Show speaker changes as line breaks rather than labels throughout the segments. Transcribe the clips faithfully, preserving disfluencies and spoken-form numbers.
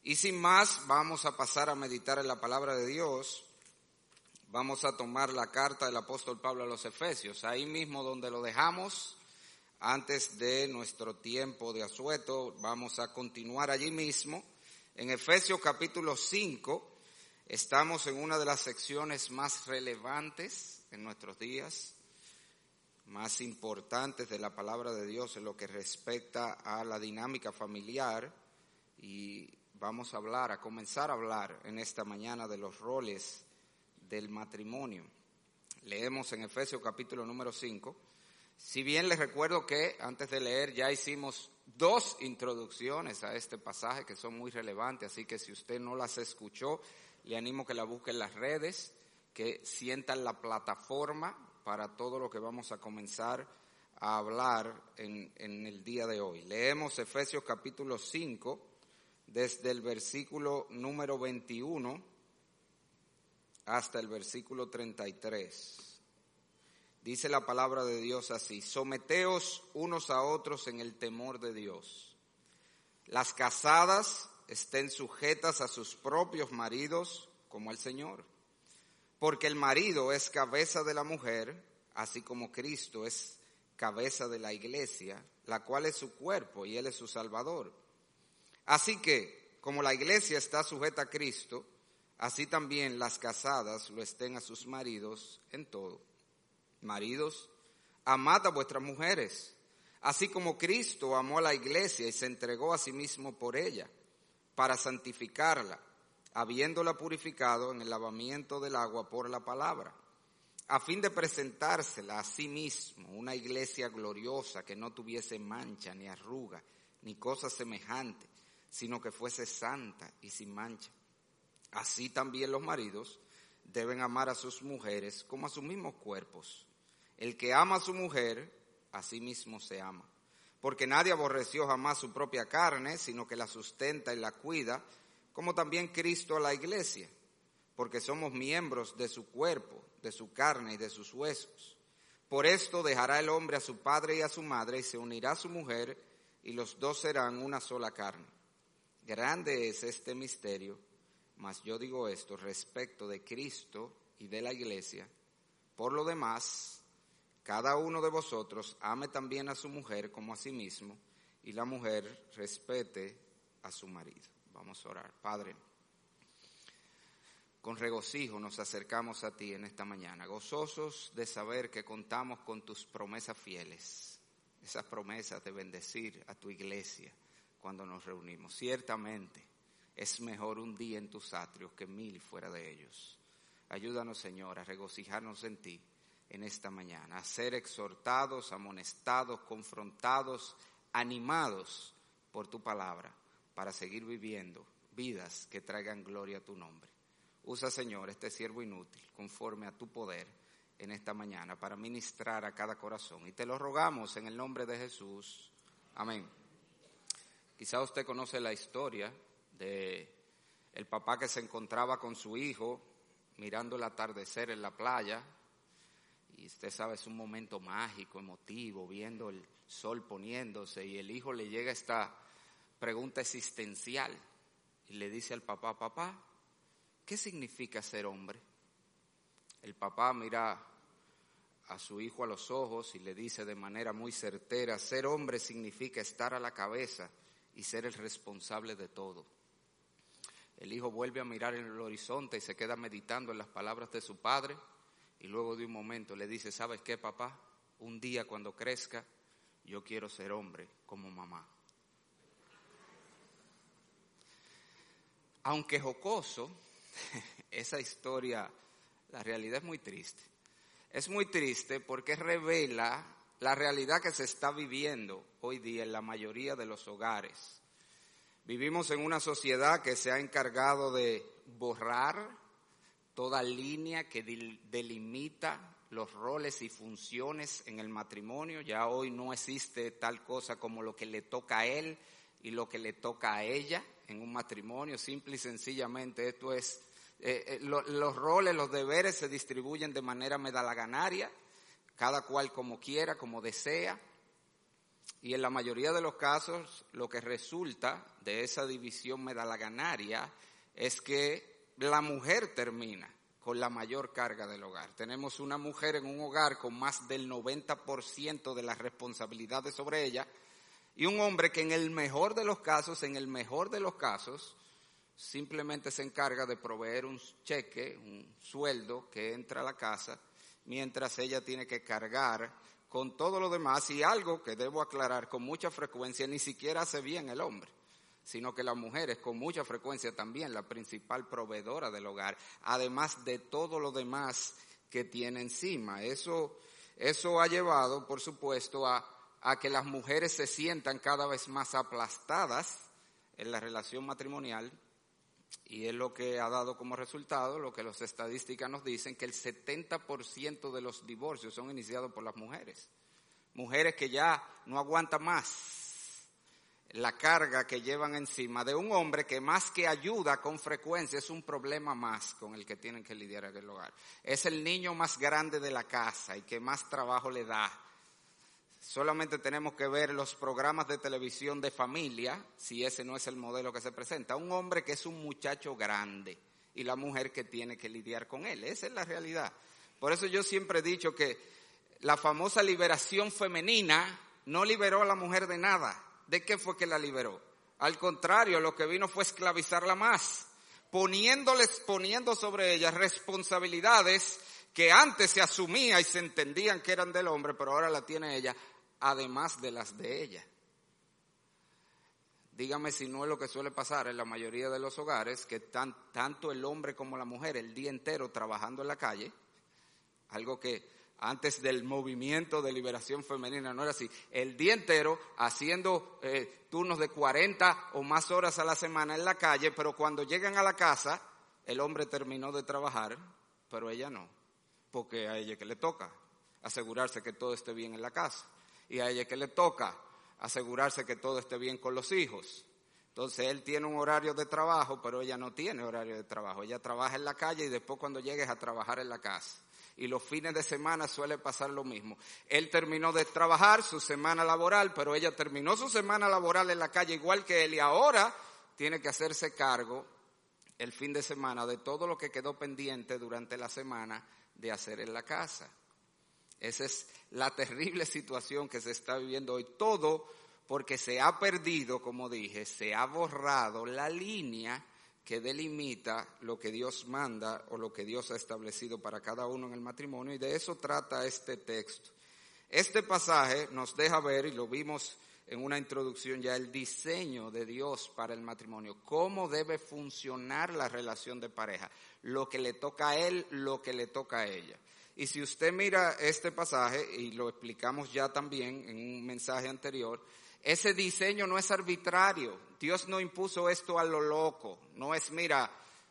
Y sin más, vamos a pasar a meditar en la palabra de Dios. Vamos a tomar la carta del apóstol Pablo a los Efesios, ahí mismo donde lo dejamos antes de nuestro tiempo de asueto. Vamos a continuar allí mismo. En Efesios capítulo cinco, estamos en una de las secciones más relevantes en nuestros días, más importantes de la palabra de Dios en lo que respecta a la dinámica familiar, y vamos a hablar, a comenzar a hablar en esta mañana de los roles del matrimonio. Leemos en Efesios capítulo número cinco. Si bien les recuerdo que antes de leer ya hicimos dos introducciones a este pasaje que son muy relevantes, así que si usted no las escuchó, le animo que la busque en las redes, que sientan la plataforma para todo lo que vamos a comenzar a hablar en, en el día de hoy. Leemos Efesios capítulo cinco, desde el versículo número veintiuno hasta el versículo treinta y tres. Dice la palabra de Dios así: someteos unos a otros en el temor de Dios. Las casadas estén sujetas a sus propios maridos como al Señor. Porque el marido es cabeza de la mujer, así como Cristo es cabeza de la iglesia, la cual es su cuerpo y Él es su Salvador. Así que, como la iglesia está sujeta a Cristo, así también las casadas lo estén a sus maridos en todo. Maridos, amad a vuestras mujeres, así como Cristo amó a la iglesia y se entregó a sí mismo por ella, para santificarla, habiéndola purificado en el lavamiento del agua por la palabra, a fin de presentársela a sí mismo, una iglesia gloriosa que no tuviese mancha, ni arruga, ni cosa semejante, sino que fuese santa y sin mancha. Así también los maridos deben amar a sus mujeres como a sus mismos cuerpos. El que ama a su mujer, a sí mismo se ama. Porque nadie aborreció jamás su propia carne, sino que la sustenta y la cuida, como también Cristo a la iglesia. Porque somos miembros de su cuerpo, de su carne y de sus huesos. Por esto dejará el hombre a su padre y a su madre, y se unirá a su mujer, y los dos serán una sola carne. Grande es este misterio, mas yo digo esto respecto de Cristo y de la iglesia. Por lo demás, cada uno de vosotros ame también a su mujer como a sí mismo, y la mujer respete a su marido. Vamos a orar. Padre, con regocijo nos acercamos a ti en esta mañana, gozosos de saber que contamos con tus promesas fieles, esas promesas de bendecir a tu iglesia cuando nos reunimos. Ciertamente es mejor un día en tus atrios que mil fuera de ellos. Ayúdanos, Señor, a regocijarnos en ti en esta mañana, a ser exhortados, amonestados, confrontados, animados por tu palabra, para seguir viviendo vidas que traigan gloria a tu nombre. Usa, Señor, este siervo inútil, conforme a tu poder en esta mañana, para ministrar a cada corazón. Y te lo rogamos en el nombre de Jesús. Amén. Quizá usted conoce la historia de el papá que se encontraba con su hijo mirando el atardecer en la playa. Y usted sabe, es un momento mágico, emotivo, viendo el sol poniéndose, y el hijo le llega esta pregunta existencial y le dice al papá: papá, ¿qué significa ser hombre? El papá mira a su hijo a los ojos y le dice de manera muy certera: ser hombre significa estar a la cabeza y ser el responsable de todo. El hijo vuelve a mirar en el horizonte y se queda meditando en las palabras de su padre. Y luego de un momento le dice: ¿sabes qué, papá? Un día cuando crezca, yo quiero ser hombre como mamá. Aunque jocoso, esa historia, la realidad es muy triste. Es muy triste porque revela la realidad que se está viviendo hoy día en la mayoría de los hogares. Vivimos en una sociedad que se ha encargado de borrar toda línea que delimita los roles y funciones en el matrimonio. Ya hoy no existe tal cosa como lo que le toca a él y lo que le toca a ella en un matrimonio. Simple y sencillamente esto es, eh, eh, lo, los roles, los deberes se distribuyen de manera medalaganaria, cada cual como quiera, como desea. Y en la mayoría de los casos lo que resulta de esa división medalaganaria es que la mujer termina con la mayor carga del hogar. Tenemos una mujer en un hogar con más del noventa por ciento de las responsabilidades sobre ella y un hombre que en el mejor de los casos, en el mejor de los casos, simplemente se encarga de proveer un cheque, un sueldo que entra a la casa, mientras ella tiene que cargar con todo lo demás, y algo que debo aclarar con mucha frecuencia, ni siquiera hace bien el hombre, sino que la mujer es con mucha frecuencia también la principal proveedora del hogar, además de todo lo demás que tiene encima. Eso, eso ha llevado, por supuesto, a, a que las mujeres se sientan cada vez más aplastadas en la relación matrimonial, y es lo que ha dado como resultado lo que las estadísticas nos dicen, que el setenta por ciento de los divorcios son iniciados por las mujeres. Mujeres que ya no aguantan más la carga que llevan encima de un hombre que más que ayuda con frecuencia es un problema más con el que tienen que lidiar en el hogar. Es el niño más grande de la casa y que más trabajo le da. Solamente tenemos que ver los programas de televisión de familia, si ese no es el modelo que se presenta. Un hombre que es un muchacho grande y la mujer que tiene que lidiar con él. Esa es la realidad. Por eso yo siempre he dicho que la famosa liberación femenina no liberó a la mujer de nada. ¿De qué fue que la liberó? Al contrario, lo que vino fue esclavizarla más, poniéndoles, poniendo sobre ella responsabilidades que antes se asumía y se entendían que eran del hombre, pero ahora la tiene ella, además de las de ella. Dígame si no es lo que suele pasar en la mayoría de los hogares, que tan, tanto el hombre como la mujer el día entero trabajando en la calle, algo que antes del movimiento de liberación femenina no era así, el día entero haciendo eh, turnos de cuarenta o más horas a la semana en la calle, pero cuando llegan a la casa, el hombre terminó de trabajar, pero ella no, porque a ella que le toca asegurarse que todo esté bien en la casa. Y a ella que le toca asegurarse que todo esté bien con los hijos. Entonces él tiene un horario de trabajo, pero ella no tiene horario de trabajo. Ella trabaja en la calle y después cuando llegue es a trabajar en la casa. Y los fines de semana suele pasar lo mismo. Él terminó de trabajar su semana laboral, pero ella terminó su semana laboral en la calle igual que él y ahora tiene que hacerse cargo el fin de semana de todo lo que quedó pendiente durante la semana de hacer en la casa. Esa es la terrible situación que se está viviendo hoy. Todo porque se ha perdido, como dije, se ha borrado la línea que delimita lo que Dios manda o lo que Dios ha establecido para cada uno en el matrimonio. Y de eso trata este texto. Este pasaje nos deja ver, y lo vimos en una introducción ya, el diseño de Dios para el matrimonio. Cómo debe funcionar la relación de pareja. Lo que le toca a él, lo que le toca a ella. Y si usted mira este pasaje, y lo explicamos ya también en un mensaje anterior, ese diseño no es arbitrario. Dios no impuso esto a lo loco. No es, mira,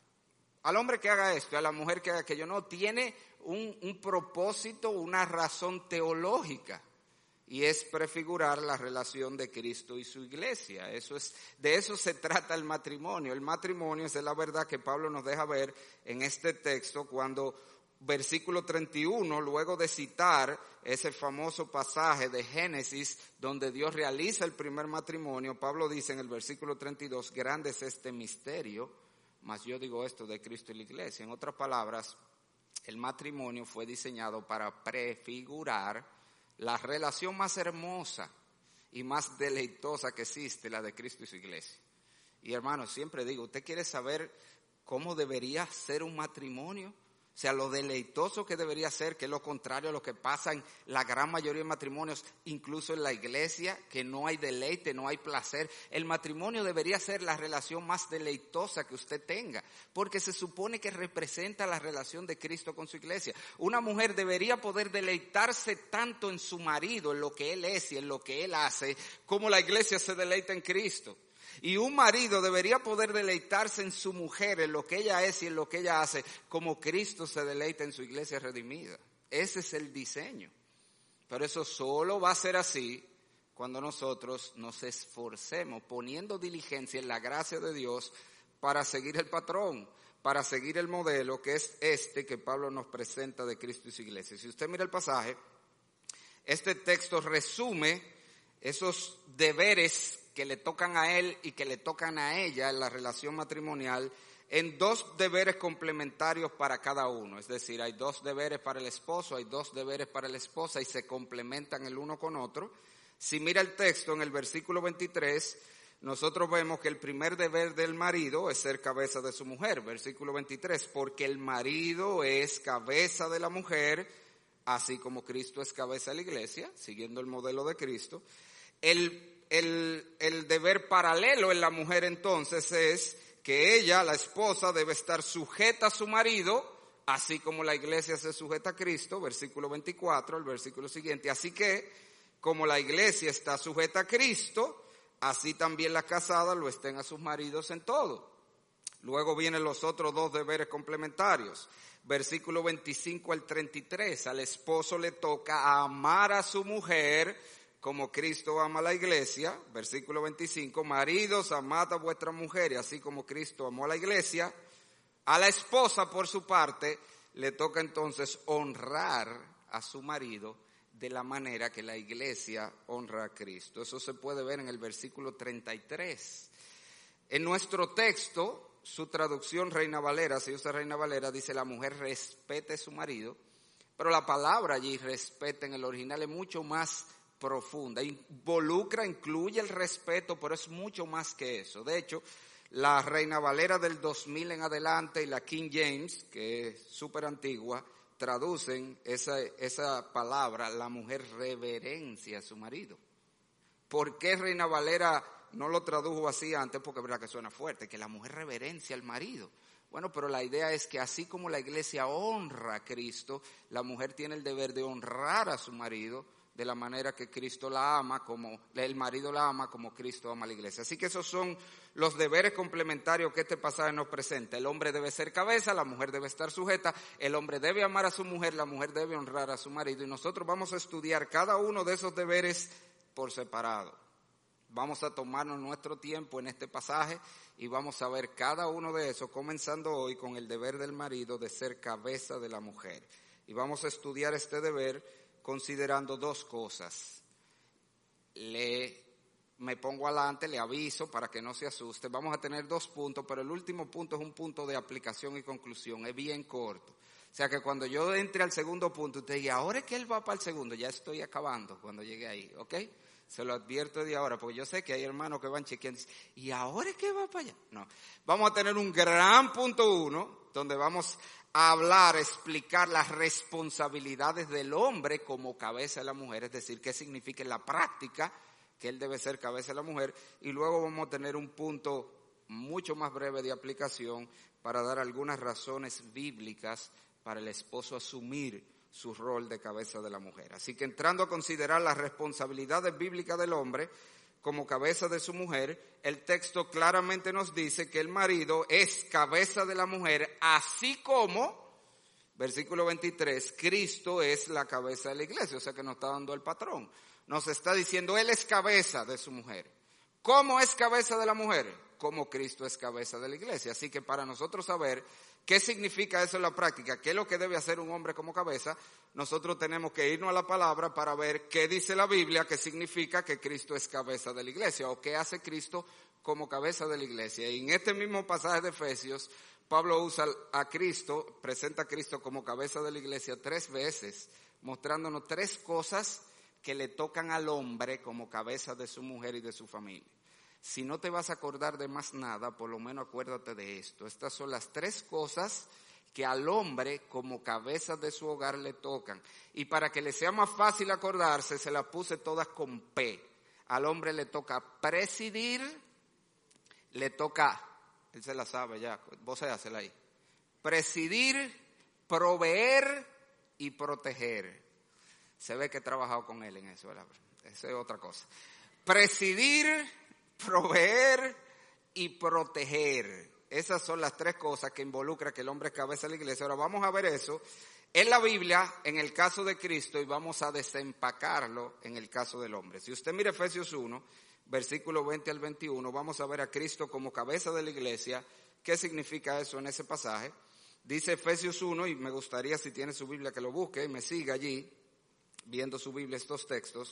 al hombre que haga esto, a la mujer que haga aquello. No, tiene un, un propósito, una razón teológica. Y es prefigurar la relación de Cristo y su iglesia. Eso es, de eso se trata el matrimonio. El matrimonio, esa es la verdad que Pablo nos deja ver en este texto cuando versículo treinta y uno, luego de citar ese famoso pasaje de Génesis donde Dios realiza el primer matrimonio, Pablo dice en el versículo treinta y dos, grande es este misterio, mas yo digo esto de Cristo y la iglesia. En otras palabras, el matrimonio fue diseñado para prefigurar la relación más hermosa y más deleitosa que existe, la de Cristo y su iglesia. Y hermanos, siempre digo, ¿usted quiere saber cómo debería ser un matrimonio? O sea, lo deleitoso que debería ser, que es lo contrario a lo que pasa en la gran mayoría de matrimonios, incluso en la iglesia, que no hay deleite, no hay placer. El matrimonio debería ser la relación más deleitosa que usted tenga, porque se supone que representa la relación de Cristo con su iglesia. Una mujer debería poder deleitarse tanto en su marido, en lo que él es y en lo que él hace, como la iglesia se deleita en Cristo. Y un marido debería poder deleitarse en su mujer, en lo que ella es y en lo que ella hace, como Cristo se deleita en su iglesia redimida. Ese es el diseño. Pero eso solo va a ser así cuando nosotros nos esforcemos, poniendo diligencia en la gracia de Dios para seguir el patrón, para seguir el modelo que es este que Pablo nos presenta de Cristo y su iglesia. Si usted mira el pasaje, este texto resume esos deberes que le tocan a él y que le tocan a ella en la relación matrimonial, en dos deberes complementarios para cada uno. Es decir, hay dos deberes para el esposo, hay dos deberes para la esposa y se complementan el uno con otro. Si mira el texto en el versículo veintitrés, nosotros vemos que el primer deber del marido es ser cabeza de su mujer. Versículo veintitrés, porque el marido es cabeza de la mujer, así como Cristo es cabeza de la iglesia, siguiendo el modelo de Cristo. El, el, el deber paralelo en la mujer entonces es que ella, la esposa, debe estar sujeta a su marido, así como la iglesia se sujeta a Cristo, versículo veinticuatro, el versículo siguiente. Así que, como la iglesia está sujeta a Cristo, así también las casadas lo estén a sus maridos en todo. Luego vienen los otros dos deberes complementarios. Versículo veinticinco al treinta y tres, al esposo le toca amar a su mujer como Cristo ama a la iglesia. Versículo veinticinco, maridos, amad a vuestra mujer, y así como Cristo amó a la iglesia. A la esposa, por su parte, le toca entonces honrar a su marido de la manera que la iglesia honra a Cristo. Eso se puede ver en el versículo treinta y tres. En nuestro texto, su traducción Reina Valera, si usa Reina Valera, dice la mujer respete a su marido, pero la palabra allí respete en el original es mucho más profunda, involucra, incluye el respeto, pero es mucho más que eso. De hecho, la Reina Valera del dos mil en adelante y la King James, que es súper antigua, traducen esa, esa palabra, la mujer reverencia a su marido. ¿Por qué Reina Valera no lo tradujo así antes? Porque es verdad que suena fuerte, que la mujer reverencia al marido. Bueno, pero la idea es que así como la iglesia honra a Cristo, la mujer tiene el deber de honrar a su marido de la manera que Cristo la ama, como el marido la ama, como Cristo ama a la iglesia. Así que esos son los deberes complementarios que este pasaje nos presenta. El hombre debe ser cabeza, la mujer debe estar sujeta, el hombre debe amar a su mujer, la mujer debe honrar a su marido. Y nosotros vamos a estudiar cada uno de esos deberes por separado. Vamos a tomarnos nuestro tiempo en este pasaje y vamos a ver cada uno de esos, comenzando hoy con el deber del marido de ser cabeza de la mujer. Y vamos a estudiar este deber considerando dos cosas. Le, me pongo adelante, le aviso para que no se asuste. Vamos a tener dos puntos, pero el último punto es un punto de aplicación y conclusión, es bien corto. O sea que cuando yo entre al segundo punto, usted diga, ahora es que él va para el segundo, ya estoy acabando cuando llegue ahí, ¿ok? Se lo advierto de ahora, porque yo sé que hay hermanos que van chequeando, ¿y ahora es que va para allá? No, vamos a tener un gran punto uno, donde vamos a hablar, explicar las responsabilidades del hombre como cabeza de la mujer, es decir, qué significa en la práctica que él debe ser cabeza de la mujer, y luego vamos a tener un punto mucho más breve de aplicación para dar algunas razones bíblicas para el esposo asumir su rol de cabeza de la mujer. Así que entrando a considerar las responsabilidades bíblicas del hombre como cabeza de su mujer, el texto claramente nos dice que el marido es cabeza de la mujer, así como, versículo veintitrés, Cristo es la cabeza de la iglesia, o sea que nos está dando el patrón. Nos está diciendo, él es cabeza de su mujer. ¿Cómo es cabeza de la mujer? Como Cristo es cabeza de la iglesia. Así que para nosotros saber qué significa eso en la práctica, qué es lo que debe hacer un hombre como cabeza, nosotros tenemos que irnos a la palabra para ver qué dice la Biblia, qué significa que Cristo es cabeza de la iglesia o qué hace Cristo como cabeza de la iglesia. Y en este mismo pasaje de Efesios, Pablo usa a Cristo, presenta a Cristo como cabeza de la iglesia tres veces, mostrándonos tres cosas que le tocan al hombre como cabeza de su mujer y de su familia. Si no te vas a acordar de más nada, por lo menos acuérdate de esto. Estas son las tres cosas que al hombre como cabeza de su hogar le tocan. Y para que le sea más fácil acordarse, se las puse todas con P. Al hombre le toca presidir, le toca, él se la sabe ya, vos se hacela ahí. Presidir, proveer y proteger. Se ve que he trabajado con él en eso, ¿verdad? Esa es otra cosa. Presidir, proveer y proteger. Esas son las tres cosas que involucra que el hombre es cabeza de la iglesia. Ahora vamos a ver eso en la Biblia, en el caso de Cristo, y vamos a desempacarlo en el caso del hombre. Si usted mira Efesios uno, versículo veinte al veintiuno, vamos a ver a Cristo como cabeza de la iglesia. ¿Qué significa eso en ese pasaje? Dice Efesios uno, y me gustaría si tiene su Biblia que lo busque y me siga allí, viendo su Biblia estos textos.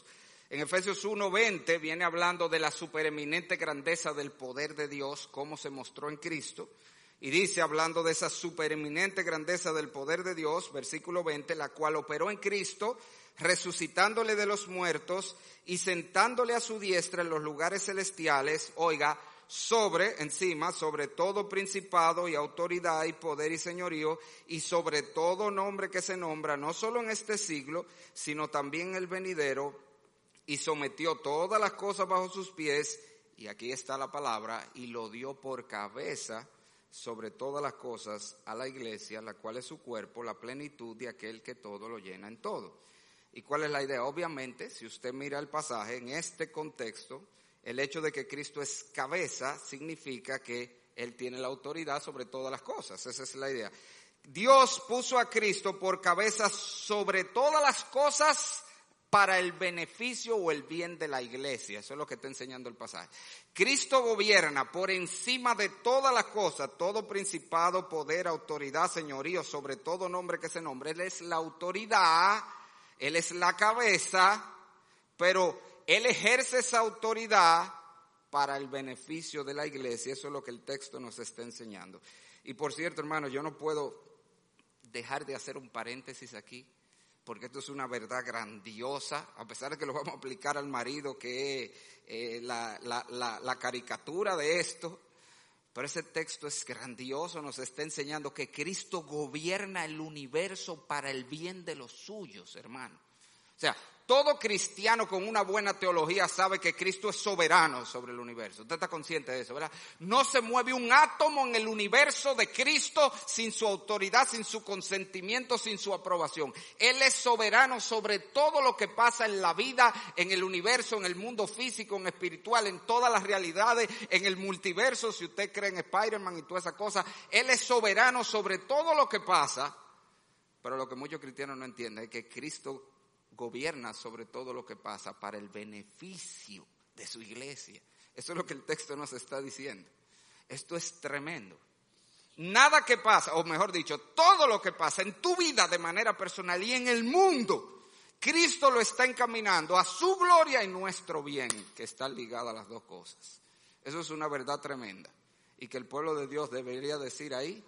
En Efesios uno veinte viene hablando de la supereminente grandeza del poder de Dios, cómo se mostró en Cristo. Y dice, hablando de esa supereminente grandeza del poder de Dios, versículo veinte, la cual operó en Cristo, resucitándole de los muertos y sentándole a su diestra en los lugares celestiales, oiga, sobre, encima, sobre todo principado y autoridad y poder y señorío, y sobre todo nombre que se nombra, no solo en este siglo, sino también en el venidero, y sometió todas las cosas bajo sus pies, y aquí está la palabra, y lo dio por cabeza sobre todas las cosas a la iglesia, la cual es su cuerpo, la plenitud de aquel que todo lo llena en todo. ¿Y cuál es la idea? Obviamente, si usted mira el pasaje, en este contexto, el hecho de que Cristo es cabeza significa que Él tiene la autoridad sobre todas las cosas. Esa es la idea. Dios puso a Cristo por cabeza sobre todas las cosas para el beneficio o el bien de la iglesia. Eso es lo que está enseñando el pasaje. Cristo gobierna por encima de todas las cosas, todo principado, poder, autoridad, señorío, sobre todo nombre que se nombre. Él es la autoridad, Él es la cabeza, pero Él ejerce esa autoridad para el beneficio de la iglesia. Eso es lo que el texto nos está enseñando. Y por cierto, hermano, yo no puedo dejar de hacer un paréntesis aquí, porque esto es una verdad grandiosa, a pesar de que lo vamos a aplicar al marido, que es eh, la, la, la, la caricatura de esto. Pero ese texto es grandioso, nos está enseñando que Cristo gobierna el universo para el bien de los suyos, hermano. O sea, todo cristiano con una buena teología sabe que Cristo es soberano sobre el universo. Usted está consciente de eso, ¿verdad? No se mueve un átomo en el universo de Cristo sin su autoridad, sin su consentimiento, sin su aprobación. Él es soberano sobre todo lo que pasa en la vida, en el universo, en el mundo físico, en espiritual, en todas las realidades, en el multiverso, si usted cree en Spider-Man y toda esa cosa. Él es soberano sobre todo lo que pasa, pero lo que muchos cristianos no entienden es que Cristo gobierna sobre todo lo que pasa para el beneficio de su iglesia. Eso es lo que el texto nos está diciendo. Esto es tremendo. Nada que pasa, o mejor dicho, todo lo que pasa en tu vida de manera personal y en el mundo, Cristo lo está encaminando a su gloria y nuestro bien, que están ligadas las dos cosas. Eso es una verdad tremenda. Y que el pueblo de Dios debería decir ahí,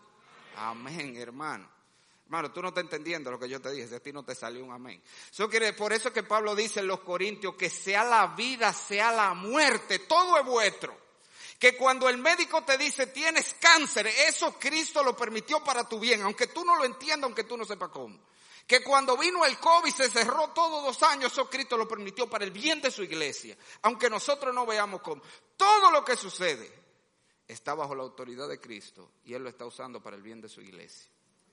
amén, hermano. Hermano, tú no estás entendiendo lo que yo te dije, de ti no te salió un amén. Eso quiere, por eso que Pablo dice en los Corintios que sea la vida, sea la muerte, todo es vuestro. Que cuando el médico te dice tienes cáncer, eso Cristo lo permitió para tu bien, aunque tú no lo entiendas, aunque tú no sepas cómo. Que cuando vino el COVID se cerró todos dos años, eso Cristo lo permitió para el bien de su iglesia, aunque nosotros no veamos cómo. Todo lo que sucede está bajo la autoridad de Cristo y Él lo está usando para el bien de su iglesia.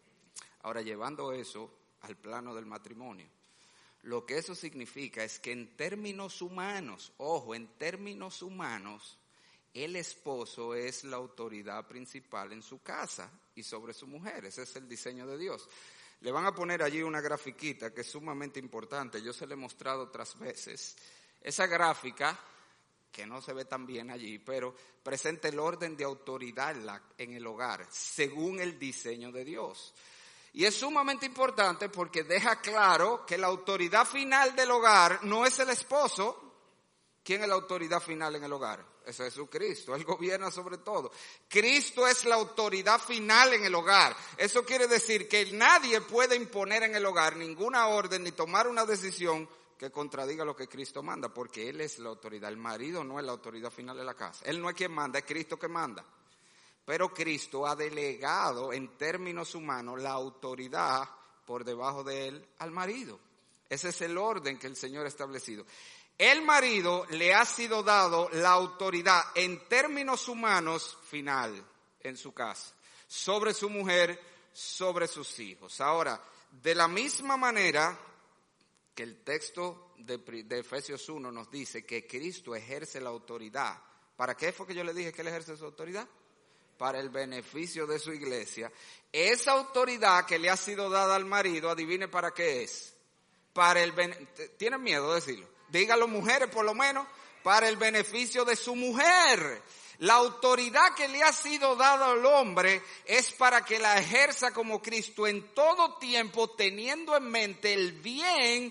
Ahora, llevando eso al plano del matrimonio, lo que eso significa es que en términos humanos, ojo, en términos humanos, el esposo es la autoridad principal en su casa y sobre su mujer. Ese es el diseño de Dios. Le van a poner allí una grafiquita que es sumamente importante. Yo se la he mostrado otras veces. Esa gráfica, que no se ve tan bien allí, pero presenta el orden de autoridad en, la, en el hogar, según el diseño de Dios. Y es sumamente importante porque deja claro que la autoridad final del hogar no es el esposo. ¿Quién es la autoridad final en el hogar? Es Jesucristo. Él gobierna sobre todo. Cristo es la autoridad final en el hogar. Eso quiere decir que nadie puede imponer en el hogar ninguna orden ni tomar una decisión que contradiga lo que Cristo manda, porque Él es la autoridad. El marido no es la autoridad final de la casa. Él no es quien manda, es Cristo que manda. Pero Cristo ha delegado en términos humanos la autoridad por debajo de él al marido. Ese es el orden que el Señor ha establecido. El marido le ha sido dado la autoridad en términos humanos final en su casa, sobre su mujer, sobre sus hijos. Ahora, de la misma manera que el texto de, de Efesios uno nos dice que Cristo ejerce la autoridad. ¿Para qué fue que yo le dije que él ejerce su autoridad? Para el beneficio de su iglesia. Esa autoridad que le ha sido dada al marido, adivine para qué es. Para el ben... ¿Tienen miedo de decirlo? Díganlo, mujeres, por lo menos, para el beneficio de su mujer. La autoridad que le ha sido dada al hombre es para que la ejerza como Cristo en todo tiempo, teniendo en mente el bien,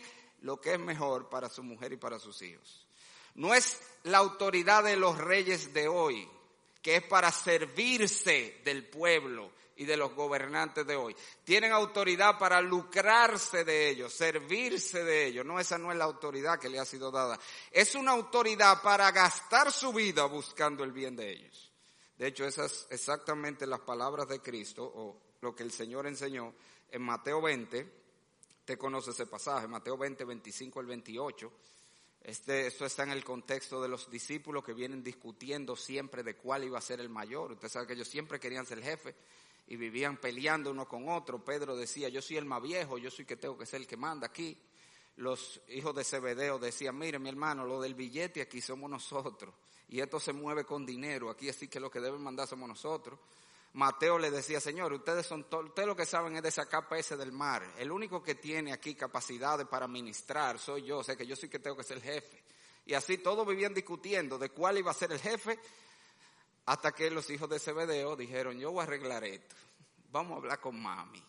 lo que es mejor para su mujer y para sus hijos. No es la autoridad de los reyes de hoy, que es para servirse del pueblo y de los gobernantes de hoy. Tienen autoridad para lucrarse de ellos, servirse de ellos. No, esa no es la autoridad que le ha sido dada. Es una autoridad para gastar su vida buscando el bien de ellos. De hecho, esas exactamente las palabras de Cristo, o lo que el Señor enseñó en Mateo veinte. Usted conoce ese pasaje, Mateo veinte, veinticinco al veintiocho. Este, esto está en el contexto de los discípulos que vienen discutiendo siempre de cuál iba a ser el mayor. Usted sabe que ellos siempre querían ser jefe y vivían peleando uno con otro. Pedro decía, yo soy el más viejo, yo soy que tengo que ser el que manda aquí. Los hijos de Zebedeo decían, mire mi hermano, lo del billete aquí somos nosotros. Y esto se mueve con dinero, aquí así que lo que deben mandar somos nosotros. Mateo le decía, Señor, ustedes son to- ustedes lo que saben es de sacar peces del mar. El único que tiene aquí capacidades para ministrar soy yo, o sea que yo sí que tengo que ser el jefe. Y así todos vivían discutiendo de cuál iba a ser el jefe, hasta que los hijos de Zebedeo dijeron, yo voy a arreglar esto, vamos a hablar con mami.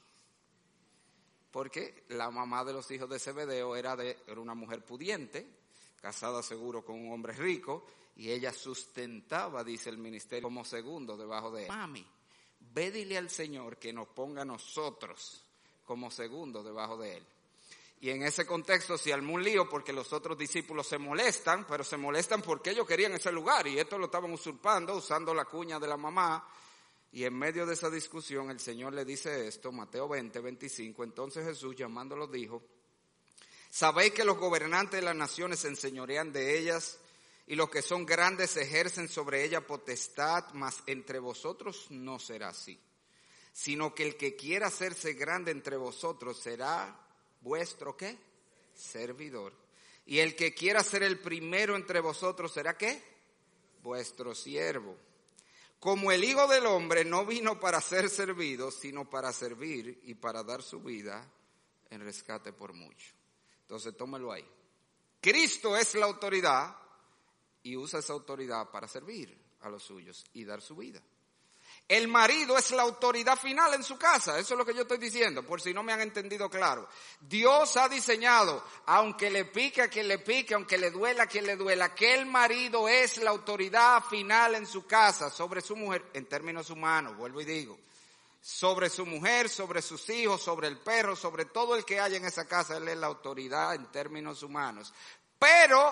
Porque la mamá de los hijos de Zebedeo era, de, era una mujer pudiente, casada seguro con un hombre rico, y ella sustentaba, dice el ministerio, como segundo debajo de él. Mami, ve dile al Señor que nos ponga a nosotros como segundo debajo de él. Y en ese contexto se armó un lío porque los otros discípulos se molestan, pero se molestan porque ellos querían ese lugar y esto lo estaban usurpando, usando la cuña de la mamá. Y en medio de esa discusión el Señor le dice esto, Mateo veinte, veinticinco. Entonces Jesús llamándolos dijo, ¿sabéis que los gobernantes de las naciones se enseñorean de ellas y los que son grandes ejercen sobre ella potestad? Mas entre vosotros no será así, sino que el que quiera hacerse grande entre vosotros será vuestro ¿qué? Servidor. Y el que quiera ser el primero entre vosotros será ¿qué? Vuestro siervo. Como el Hijo del Hombre no vino para ser servido, sino para servir y para dar su vida en rescate por mucho. Entonces tómelo ahí. Cristo es la autoridad y usa esa autoridad para servir a los suyos y dar su vida. El marido es la autoridad final en su casa, eso es lo que yo estoy diciendo, por si no me han entendido claro. Dios ha diseñado, aunque le pique a quien le pique, aunque le duela a quien le duela, que el marido es la autoridad final en su casa sobre su mujer, en términos humanos, vuelvo y digo, sobre su mujer, sobre sus hijos, sobre el perro, sobre todo el que haya en esa casa, él es la autoridad en términos humanos. Pero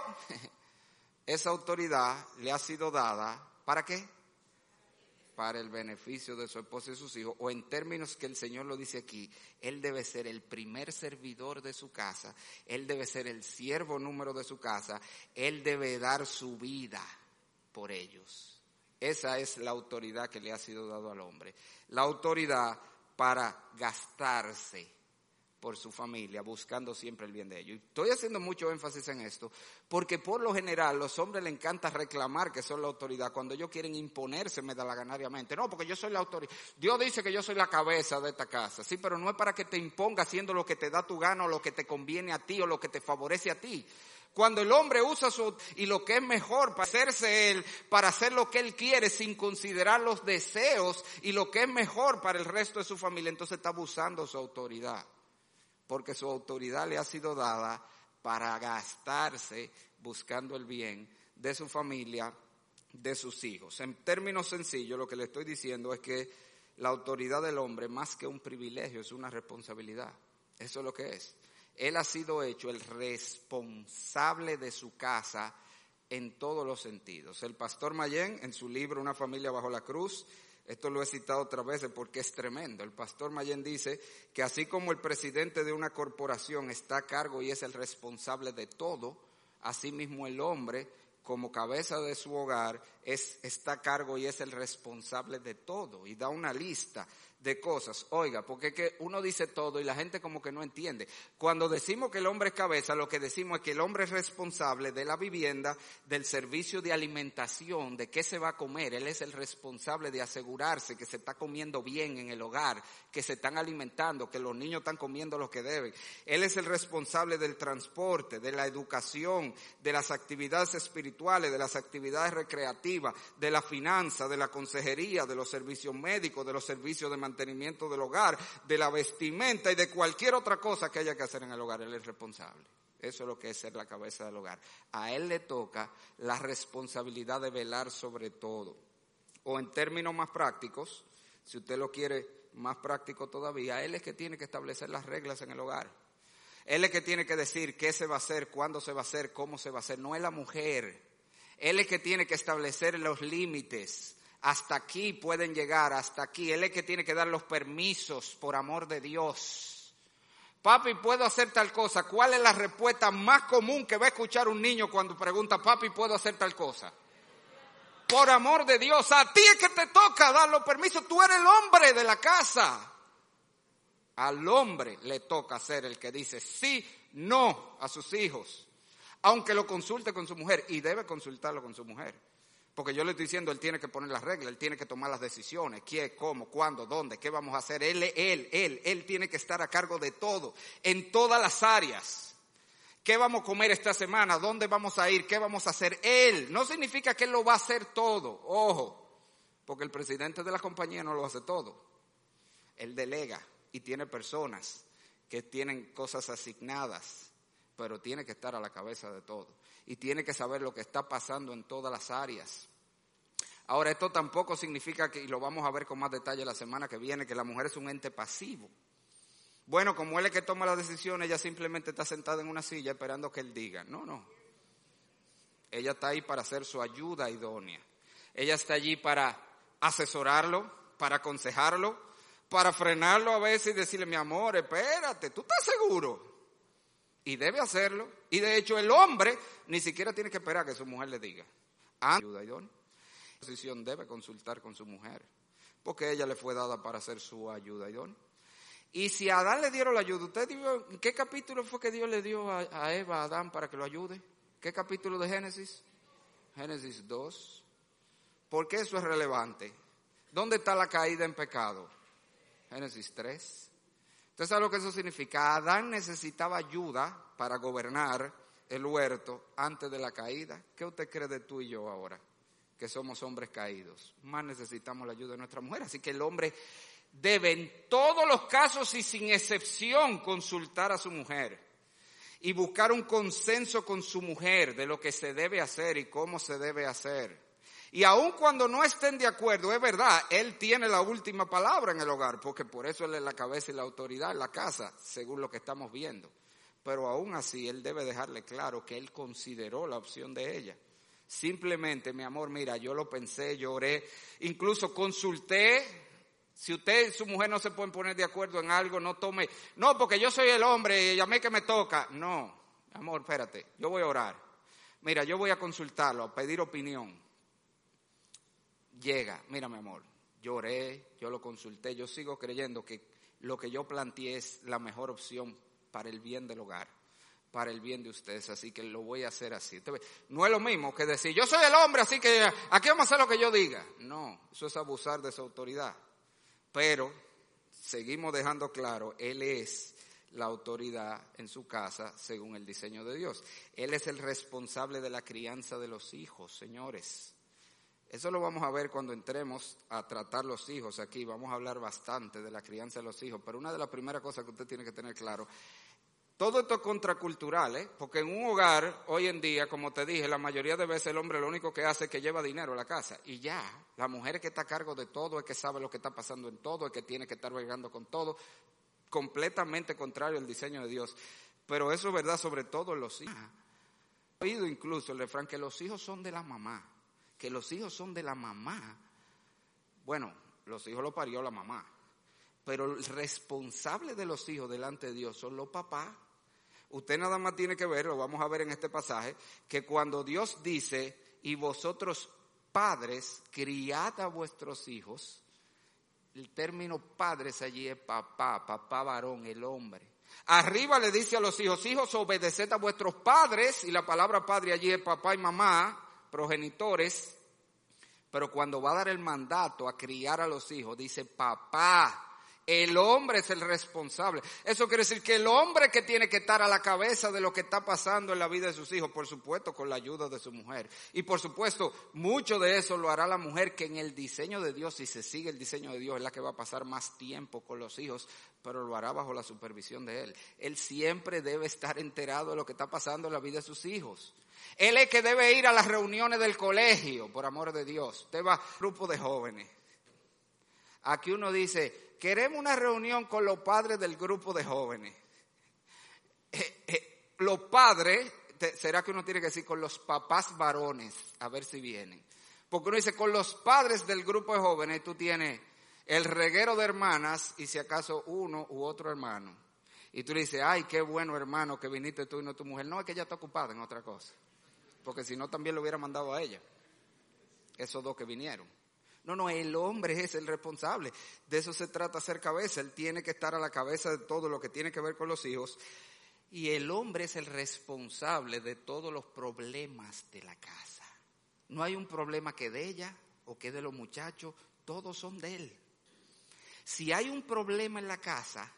esa autoridad le ha sido dada, ¿para qué? Para el beneficio de su esposa y sus hijos, o en términos que el Señor lo dice aquí, él debe ser el primer servidor de su casa, él debe ser el siervo número de su casa, él debe dar su vida por ellos. Esa es la autoridad que le ha sido dado al hombre, la autoridad para gastarse por su familia, buscando siempre el bien de ellos. Y estoy haciendo mucho énfasis en esto, porque por lo general los hombres les encanta reclamar que son la autoridad cuando ellos quieren imponerse medalaganariamente. No, porque yo soy la autoridad. Dios dice que yo soy la cabeza de esta casa. Sí, pero no es para que te imponga haciendo lo que te da tu gana o lo que te conviene a ti o lo que te favorece a ti. Cuando el hombre usa su, y lo que es mejor para hacerse él, para hacer lo que él quiere sin considerar los deseos y lo que es mejor para el resto de su familia, entonces está abusando su autoridad. Porque su autoridad le ha sido dada para gastarse buscando el bien de su familia, de sus hijos. En términos sencillos, lo que le estoy diciendo es que la autoridad del hombre, más que un privilegio, es una responsabilidad. Eso es lo que es. Él ha sido hecho el responsable de su casa en todos los sentidos. El pastor Mayén, en su libro Una familia bajo la cruz, esto lo he citado otras veces porque es tremendo. El pastor Mayén dice que así como el presidente de una corporación está a cargo y es el responsable de todo, así mismo el hombre, como cabeza de su hogar, es, está a cargo y es el responsable de todo. Y da una lista de cosas. Oiga, porque es que uno dice todo y la gente como que no entiende. Cuando decimos que el hombre es cabeza, lo que decimos es que el hombre es responsable de la vivienda, del servicio de alimentación, de qué se va a comer. Él es el responsable de asegurarse que se está comiendo bien en el hogar, que se están alimentando, que los niños están comiendo lo que deben. Él es el responsable del transporte, de la educación, de las actividades espirituales, de las actividades recreativas, de la finanza, de la consejería, de los servicios médicos, de los servicios de mantenimiento del hogar, de la vestimenta y de cualquier otra cosa que haya que hacer en el hogar. Él es responsable. Eso es lo que es ser la cabeza del hogar. A él le toca la responsabilidad de velar sobre todo. O en términos más prácticos, si usted lo quiere más práctico todavía, él es que tiene que establecer las reglas en el hogar. Él es que tiene que decir qué se va a hacer, cuándo se va a hacer, cómo se va a hacer. No es la mujer. Él es que tiene que establecer los límites. Hasta aquí pueden llegar, hasta aquí. Él es que tiene que dar los permisos, por amor de Dios. Papi, ¿puedo hacer tal cosa? ¿Cuál es la respuesta más común que va a escuchar un niño cuando pregunta, papi, ¿puedo hacer tal cosa? Por amor de Dios, a ti es que te toca dar los permisos. Tú eres el hombre de la casa. Al hombre le toca ser el que dice sí, no a sus hijos. Aunque lo consulte con su mujer. Y debe consultarlo con su mujer. Porque yo le estoy diciendo, él tiene que poner las reglas, él tiene que tomar las decisiones. ¿Qué, cómo, cuándo, dónde, qué vamos a hacer? Él, él, él, él tiene que estar a cargo de todo. En todas las áreas. ¿Qué vamos a comer esta semana? ¿Dónde vamos a ir? ¿Qué vamos a hacer? Él. No significa que él lo va a hacer todo. Ojo. Porque el presidente de la compañía no lo hace todo. Él delega. Y tiene personas que tienen cosas asignadas, pero tiene que estar a la cabeza de todo. Y tiene que saber lo que está pasando en todas las áreas. Ahora, esto tampoco significa que, y lo vamos a ver con más detalle la semana que viene, que la mujer es un ente pasivo. Bueno, como él es que toma la decisión, ella simplemente está sentada en una silla esperando que él diga. No, no. Ella está ahí para hacer su ayuda idónea. Ella está allí para asesorarlo, para aconsejarlo, para frenarlo a veces y decirle, mi amor, espérate, ¿tú estás seguro? Y debe hacerlo. Y de hecho el hombre ni siquiera tiene que esperar que su mujer le diga. Ayuda idónea. La decisión debe consultar con su mujer, porque ella le fue dada para hacer su ayuda idónea. Y si a Adán le dieron la ayuda, ¿usted vio en qué capítulo fue que Dios le dio a, a Eva, a Adán, para que lo ayude? ¿Qué capítulo de Génesis? Génesis dos. ¿Por qué eso es relevante? ¿Dónde está la caída en pecado? Génesis tres. ¿Usted sabe lo que eso significa? Adán necesitaba ayuda para gobernar el huerto antes de la caída. ¿Qué usted cree de tú y yo ahora? Que somos hombres caídos. Más necesitamos la ayuda de nuestra mujer. Así que el hombre debe en todos los casos y sin excepción consultar a su mujer. Y buscar un consenso con su mujer de lo que se debe hacer y cómo se debe hacer. Y aun cuando no estén de acuerdo, es verdad, él tiene la última palabra en el hogar, porque por eso él es la cabeza y la autoridad en la casa, según lo que estamos viendo. Pero aún así, él debe dejarle claro que él consideró la opción de ella. Simplemente, mi amor, mira, yo lo pensé, lloré, incluso consulté. Si usted y su mujer no se pueden poner de acuerdo en algo, no tome, no, porque yo soy el hombre y a mí que me toca. No, amor, espérate, yo voy a orar. Mira, yo voy a consultarlo, a pedir opinión. Llega, mira mi amor, lloré, yo lo consulté, yo sigo creyendo que lo que yo planteé es la mejor opción para el bien del hogar, para el bien de ustedes, así que lo voy a hacer así. No es lo mismo que decir, yo soy el hombre, así que aquí vamos a hacer lo que yo diga. No, eso es abusar de su autoridad. Pero seguimos dejando claro, él es la autoridad en su casa según el diseño de Dios. Él es el responsable de la crianza de los hijos, señores. Eso lo vamos a ver cuando entremos a tratar los hijos aquí. Vamos a hablar bastante de la crianza de los hijos. Pero una de las primeras cosas que usted tiene que tener claro, todo esto es contracultural, ¿eh? Porque en un hogar, hoy en día, como te dije, la mayoría de veces el hombre lo único que hace es que lleva dinero a la casa. Y ya, la mujer es que está a cargo de todo, es que sabe lo que está pasando en todo, es que tiene que estar bregando con todo. Completamente contrario al diseño de Dios. Pero eso es verdad sobre todo en los hijos. He oído incluso el refrán que los hijos son de la mamá. Que los hijos son de la mamá. Bueno, los hijos los parió la mamá. Pero el responsable de los hijos delante de Dios son los papás. Usted nada más tiene que ver, lo vamos a ver en este pasaje, que cuando Dios dice, y vosotros padres, criad a vuestros hijos, el término padres allí es papá, papá varón, el hombre. Arriba le dice a los hijos, hijos, obedeced a vuestros padres, y la palabra padre allí es papá y mamá, progenitores, pero cuando va a dar el mandato a criar a los hijos, dice papá, El hombre es el responsable. Eso quiere decir que el hombre que tiene que estar a la cabeza de lo que está pasando en la vida de sus hijos, por supuesto con la ayuda de su mujer. Y por supuesto, mucho de eso lo hará la mujer, que en el diseño de Dios, si se sigue el diseño de Dios, es la que va a pasar más tiempo con los hijos, pero lo hará bajo la supervisión de él. Él siempre debe estar enterado de lo que está pasando en la vida de sus hijos. Él es que debe ir a las reuniones del colegio, por amor de Dios. Usted va a un grupo de jóvenes. Aquí uno dice, queremos una reunión con los padres del grupo de jóvenes. Eh, eh, los padres, te, será que uno tiene que decir con los papás varones, a ver si vienen. Porque uno dice con los padres del grupo de jóvenes, tú tienes el reguero de hermanas y si acaso uno u otro hermano. Y tú le dices, ay, qué bueno hermano que viniste tú y no tu mujer. No, es que ella está ocupada en otra cosa. Porque si no también lo hubiera mandado a ella. Esos dos que vinieron. No, no, el hombre es el responsable. De eso se trata, ser cabeza. Él tiene que estar a la cabeza de todo lo que tiene que ver con los hijos. Y el hombre es el responsable de todos los problemas de la casa. No hay un problema que de ella o que de los muchachos, todos son de él. Si hay un problema en la casa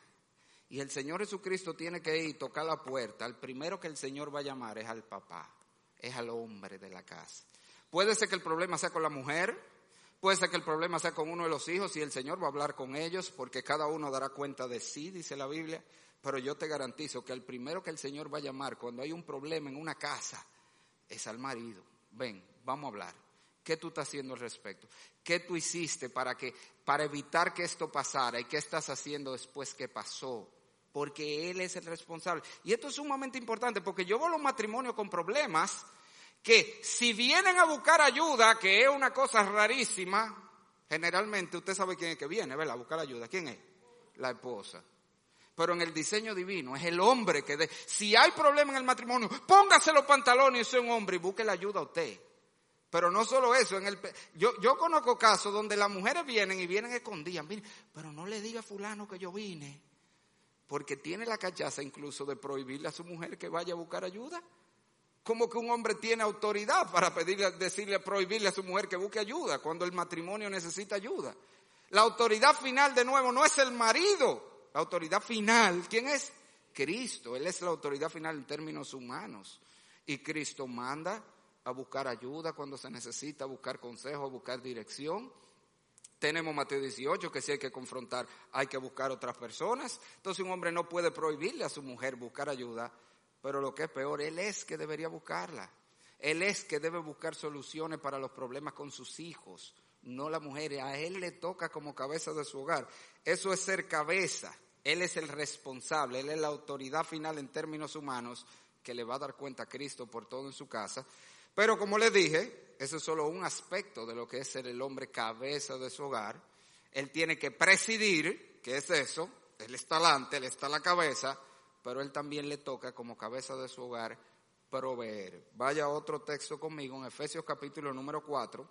y el Señor Jesucristo tiene que ir y tocar la puerta, el primero que el Señor va a llamar es al papá, es al hombre de la casa. Puede ser que el problema sea con la mujer. Puede ser que el problema sea con uno de los hijos y el Señor va a hablar con ellos porque cada uno dará cuenta de sí, dice la Biblia. Pero yo te garantizo que el primero que el Señor va a llamar cuando hay un problema en una casa es al marido. Ven, vamos a hablar. ¿Qué tú estás haciendo al respecto? ¿Qué tú hiciste para que, para evitar que esto pasara? ¿Y qué estás haciendo después que pasó? Porque él es el responsable. Y esto es sumamente importante porque yo veo los matrimonios con problemas que si vienen a buscar ayuda, que es una cosa rarísima, generalmente usted sabe quién es que viene, ¿verdad? A buscar ayuda. ¿Quién es? La esposa. Pero en el diseño divino es el hombre que de, si hay problema en el matrimonio, póngase los pantalones y sea un hombre y busque la ayuda a usted. Pero no solo eso, en el yo, yo conozco casos donde las mujeres vienen y vienen escondidas. Mire, pero no le diga a fulano que yo vine, porque tiene la cachaza incluso de prohibirle a su mujer que vaya a buscar ayuda. Como que un hombre tiene autoridad para pedirle, decirle, prohibirle a su mujer que busque ayuda cuando el matrimonio necesita ayuda. La autoridad final, de nuevo, no es el marido. La autoridad final, ¿quién es? Cristo. Él es la autoridad final en términos humanos. Y Cristo manda a buscar ayuda cuando se necesita, a buscar consejo, a buscar dirección. Tenemos Mateo dieciocho, que si hay que confrontar, hay que buscar otras personas. Entonces un hombre no puede prohibirle a su mujer buscar ayuda. Pero lo que es peor, él es que debería buscarla. Él es que debe buscar soluciones para los problemas con sus hijos, no la mujer. A él le toca como cabeza de su hogar. Eso es ser cabeza. Él es el responsable, él es la autoridad final en términos humanos que le va a dar cuenta a Cristo por todo en su casa. Pero como les dije, eso es solo un aspecto de lo que es ser el hombre cabeza de su hogar. Él tiene que presidir, que es eso, él está delante, él está a la cabeza, pero él también le toca como cabeza de su hogar proveer. Vaya a otro texto conmigo en Efesios capítulo número cuatro,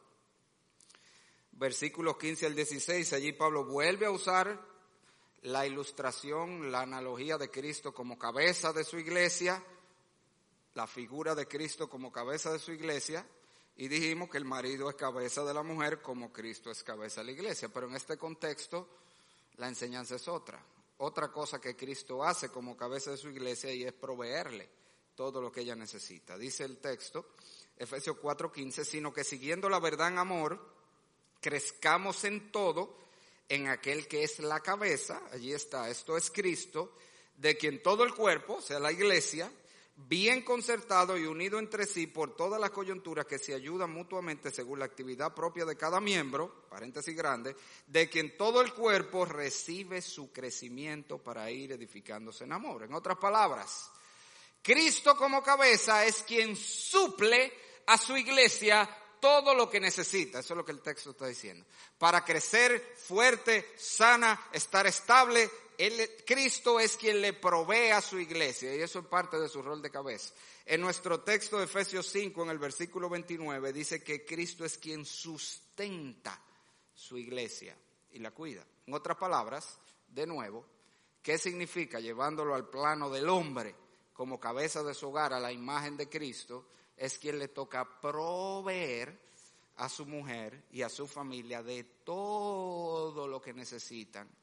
versículos quince al dieciséis. Allí Pablo vuelve a usar la ilustración, la analogía de Cristo como cabeza de su iglesia, la figura de Cristo como cabeza de su iglesia, y dijimos que el marido es cabeza de la mujer como Cristo es cabeza de la iglesia. Pero en este contexto la enseñanza es otra. Otra cosa que Cristo hace como cabeza de su iglesia y es proveerle todo lo que ella necesita. Dice el texto, Efesios cuatro quince, sino que siguiendo la verdad en amor, crezcamos en todo en aquel que es la cabeza, allí está, esto es Cristo, de quien todo el cuerpo, o sea la iglesia, bien concertado y unido entre sí por todas las coyunturas que se ayudan mutuamente según la actividad propia de cada miembro, paréntesis grande, de quien todo el cuerpo recibe su crecimiento para ir edificándose en amor. En otras palabras, Cristo como cabeza es quien suple a su iglesia todo lo que necesita. Eso es lo que el texto está diciendo. Para crecer fuerte, sana, estar estable, Él, Cristo es quien le provee a su iglesia y eso es parte de su rol de cabeza. En nuestro texto de Efesios cinco, en el versículo veintinueve, dice que Cristo es quien sustenta su iglesia y la cuida. En otras palabras, de nuevo, ¿qué significa? Llevándolo al plano del hombre como cabeza de su hogar a la imagen de Cristo, es quien le toca proveer a su mujer y a su familia de todo lo que necesitan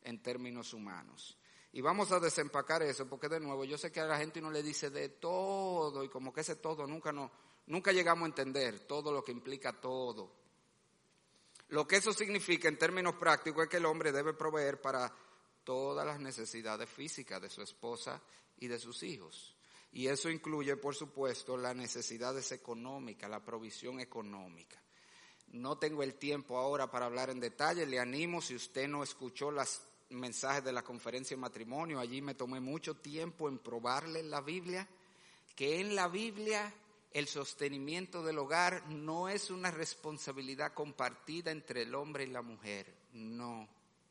en términos humanos. Y vamos a desempacar eso, porque de nuevo, yo sé que a la gente uno le dice de todo, y como que ese todo nunca, no, nunca llegamos a entender todo lo que implica todo. Lo que eso significa en términos prácticos es que el hombre debe proveer para todas las necesidades físicas de su esposa y de sus hijos. Y eso incluye, por supuesto, las necesidades económicas, la provisión económica. No tengo el tiempo ahora para hablar en detalle, le animo, si usted no escuchó los mensajes de la conferencia de matrimonio, allí me tomé mucho tiempo en probarle en la Biblia, que en la Biblia el sostenimiento del hogar no es una responsabilidad compartida entre el hombre y la mujer, no.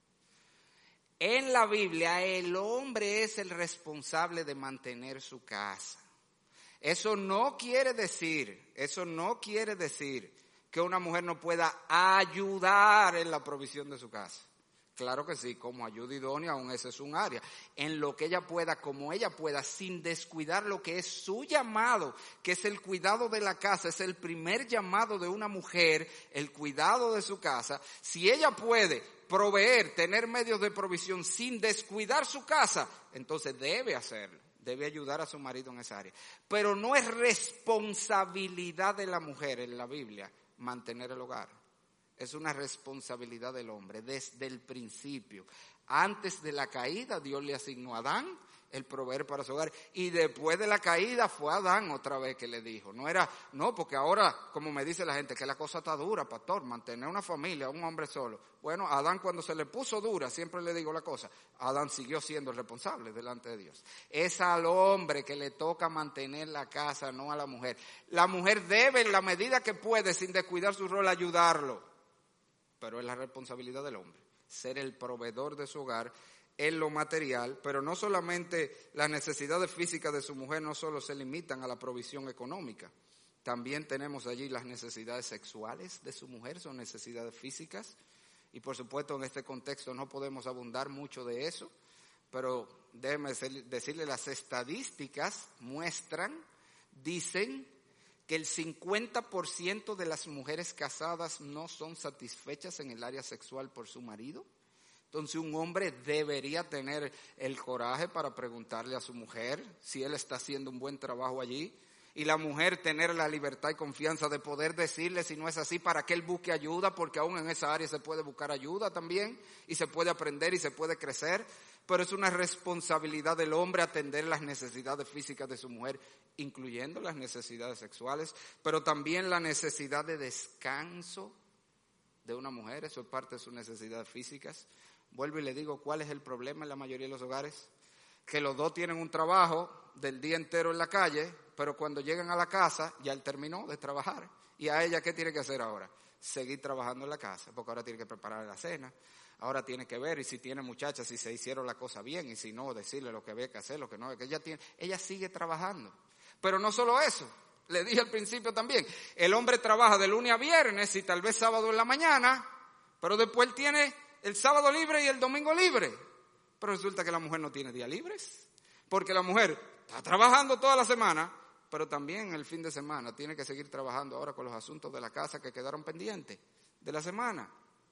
En la Biblia el hombre es el responsable de mantener su casa. Eso no quiere decir, eso no quiere decir que una mujer no pueda ayudar en la provisión de su casa. Claro que sí, como ayuda idónea, aún ese es un área. En lo que ella pueda, como ella pueda, sin descuidar lo que es su llamado, que es el cuidado de la casa, es el primer llamado de una mujer, el cuidado de su casa. Si ella puede proveer, tener medios de provisión sin descuidar su casa, entonces debe hacerlo, debe ayudar a su marido en esa área. Pero no es responsabilidad de la mujer en la Biblia mantener el hogar. Es una responsabilidad del hombre desde el principio. Antes de la caída, Dios le asignó a Adán el proveer para su hogar. Y después de la caída fue Adán otra vez que le dijo. No era, no, porque ahora, como me dice la gente, que la cosa está dura, pastor, mantener una familia, un hombre solo. Bueno, a Adán cuando se le puso dura, siempre le digo la cosa, Adán siguió siendo el responsable delante de Dios. Es al hombre que le toca mantener la casa, no a la mujer. La mujer debe, en la medida que puede, sin descuidar su rol, ayudarlo. Pero es la responsabilidad del hombre, ser el proveedor de su hogar en lo material, pero no solamente las necesidades físicas de su mujer no solo se limitan a la provisión económica, también tenemos allí las necesidades sexuales de su mujer, son necesidades físicas, y por supuesto en este contexto no podemos abundar mucho de eso, pero déjeme decirle, las estadísticas muestran, dicen, que el cincuenta por ciento de las mujeres casadas no son satisfechas en el área sexual por su marido. Entonces un hombre debería tener el coraje para preguntarle a su mujer si él está haciendo un buen trabajo allí. Y la mujer tener la libertad y confianza de poder decirle si no es así para que él busque ayuda, porque aún en esa área se puede buscar ayuda también y se puede aprender y se puede crecer. Pero es una responsabilidad del hombre atender las necesidades físicas de su mujer, incluyendo las necesidades sexuales, pero también la necesidad de descanso de una mujer, eso es parte de sus necesidades físicas. Vuelvo y le digo, ¿cuál es el problema en la mayoría de los hogares? Que los dos tienen un trabajo del día entero en la calle, pero cuando llegan a la casa ya él terminó de trabajar. ¿Y a ella qué tiene que hacer ahora? Seguir trabajando en la casa, porque ahora tiene que preparar la cena. Ahora tiene que ver, y si tiene muchachas, si se hicieron la cosa bien, y si no, decirle lo que había que hacer, lo que no, que ella tiene, ella sigue trabajando. Pero no solo eso, le dije al principio también, el hombre trabaja de lunes a viernes y tal vez sábado en la mañana, pero después él tiene el sábado libre y el domingo libre. Pero resulta que la mujer no tiene días libres, porque la mujer está trabajando toda la semana, pero también el fin de semana tiene que seguir trabajando ahora con los asuntos de la casa que quedaron pendientes de la semana.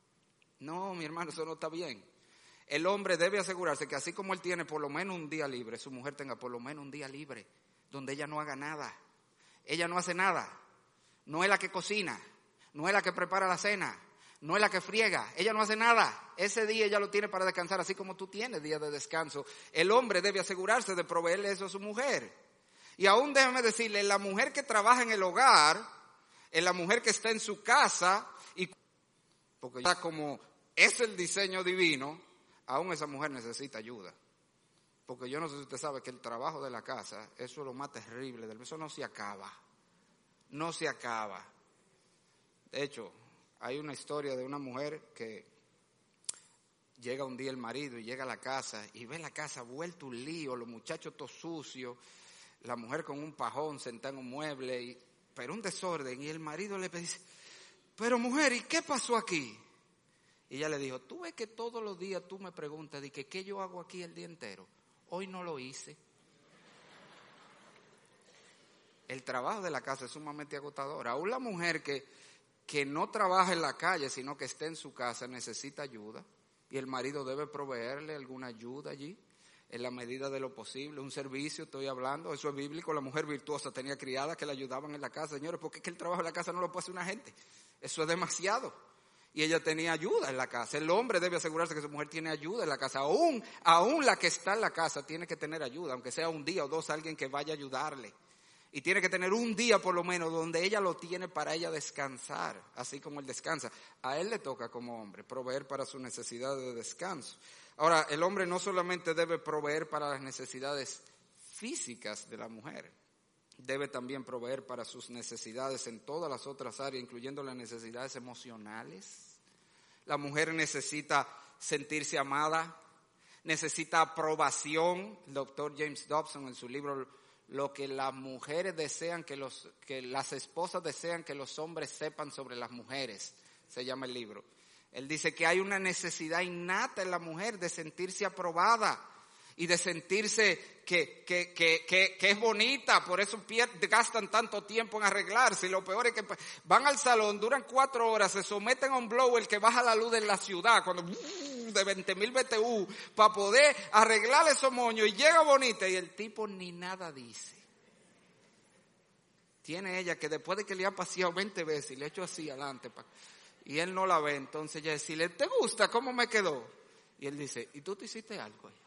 No, mi hermano, eso no está bien. El hombre debe asegurarse que así como él tiene por lo menos un día libre, su mujer tenga por lo menos un día libre, donde ella no haga nada. Ella no hace nada. No es la que cocina, no es la que prepara la cena, no es la que friega, ella no hace nada. Ese día ella lo tiene para descansar, así como tú tienes días de descanso. El hombre debe asegurarse de proveerle eso a su mujer. Y aún déjame decirle, la mujer que trabaja en el hogar, en la mujer que está en su casa, y porque ya como es el diseño divino, aún esa mujer necesita ayuda. Porque yo no sé si usted sabe que el trabajo de la casa, eso es lo más terrible, eso no se acaba, no se acaba. De hecho, hay una historia de una mujer que llega un día el marido y llega a la casa y ve la casa vuelta un lío, los muchachos todos sucios, la mujer con un pajón sentada en un mueble, y, pero un desorden, y el marido le dice, pero mujer, ¿y qué pasó aquí? Y ella le dijo, tú ves que todos los días tú me preguntas de que qué yo hago aquí el día entero. Hoy no lo hice. El trabajo de la casa es sumamente agotador. Aún la mujer que, que no trabaja en la calle, sino que esté en su casa, necesita ayuda. y el marido debe proveerle alguna ayuda allí, en la medida de lo posible, un servicio, estoy hablando, eso es bíblico. La mujer virtuosa tenía criadas que le ayudaban en la casa, señores, porque es que el trabajo en la casa no lo puede hacer una gente, eso es demasiado. Y ella tenía ayuda en la casa. El hombre debe asegurarse que su mujer tiene ayuda en la casa, aún, aún la que está en la casa tiene que tener ayuda, aunque sea un día o dos, alguien que vaya a ayudarle. Y tiene que tener un día por lo menos donde ella lo tiene para ella descansar, así como él descansa. A él le toca como hombre proveer para sus necesidades de descanso. Ahora, el hombre no solamente debe proveer para las necesidades físicas de la mujer, debe también proveer para sus necesidades en todas las otras áreas, incluyendo las necesidades emocionales. La mujer necesita sentirse amada, necesita aprobación. El doctor James Dobson, en su libro Lo que las mujeres desean que los que las esposas desean que los hombres sepan sobre las mujeres, se llama el libro. Él dice que hay una necesidad innata en la mujer de sentirse aprobada y de sentirse que, que, que, que, que es bonita, por eso pierden, gastan tanto tiempo en arreglarse. Y lo peor es que van al salón, duran cuatro horas, se someten a un blower que baja la luz de la ciudad, cuando de veinte mil B T U, para poder arreglar esos moños, y llega bonita y el tipo ni nada dice. Tiene ella que después de que le ha paseado veinte veces y le ha hecho así adelante, pa, y él no la ve, entonces ella dice, ¿te gusta cómo me quedó? Y él dice, ¿y tú te hiciste algo ahí?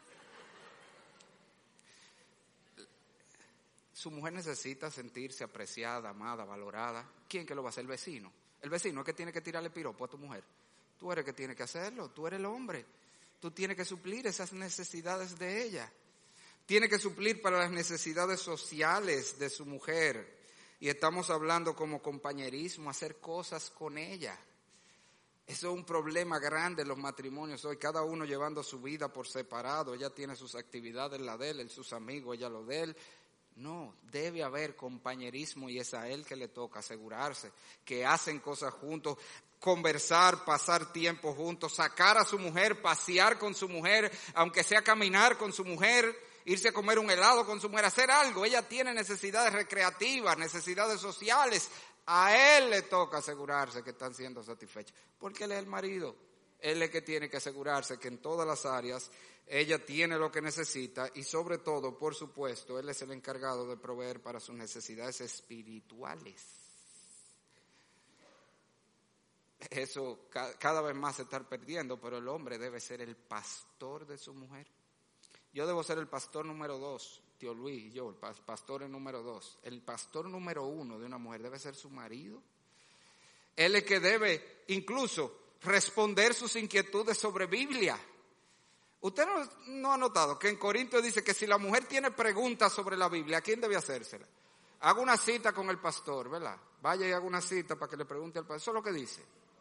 Su mujer necesita sentirse apreciada, amada, valorada. ¿Quién que lo va a hacer? El vecino. El vecino es que tiene que tirarle piropo a tu mujer. Tú eres el que tiene que hacerlo, tú eres el hombre. Tú tienes que suplir esas necesidades de ella. Tiene que suplir para las necesidades sociales de su mujer. Y estamos hablando como compañerismo, hacer cosas con ella. Eso es un problema grande en los matrimonios hoy, cada uno llevando su vida por separado. Ella tiene sus actividades, la de él, él sus amigos, ella lo de él. No, debe haber compañerismo y es a él que le toca asegurarse que hacen cosas juntos, conversar, pasar tiempo juntos, sacar a su mujer, pasear con su mujer, aunque sea caminar con su mujer, irse a comer un helado con su mujer, hacer algo. Ella tiene necesidades recreativas, necesidades sociales. A él le toca asegurarse que están siendo satisfechos, porque él es el marido. Él es el que tiene que asegurarse que en todas las áreas ella tiene lo que necesita y sobre todo, por supuesto, él es el encargado de proveer para sus necesidades espirituales. Eso cada vez más se está perdiendo, pero el hombre debe ser el pastor de su mujer. Yo debo ser el pastor número dos, tío Luis y yo, el pastor número dos. El pastor número uno de una mujer debe ser su marido. Él es que debe incluso responder sus inquietudes sobre Biblia. Usted no, no ha notado que en Corintios dice que si la mujer tiene preguntas sobre la Biblia, ¿a quién debe hacérsela? Haga una cita con el pastor, ¿verdad? Vaya y haga una cita para que le pregunte al pastor. Eso es lo que dice.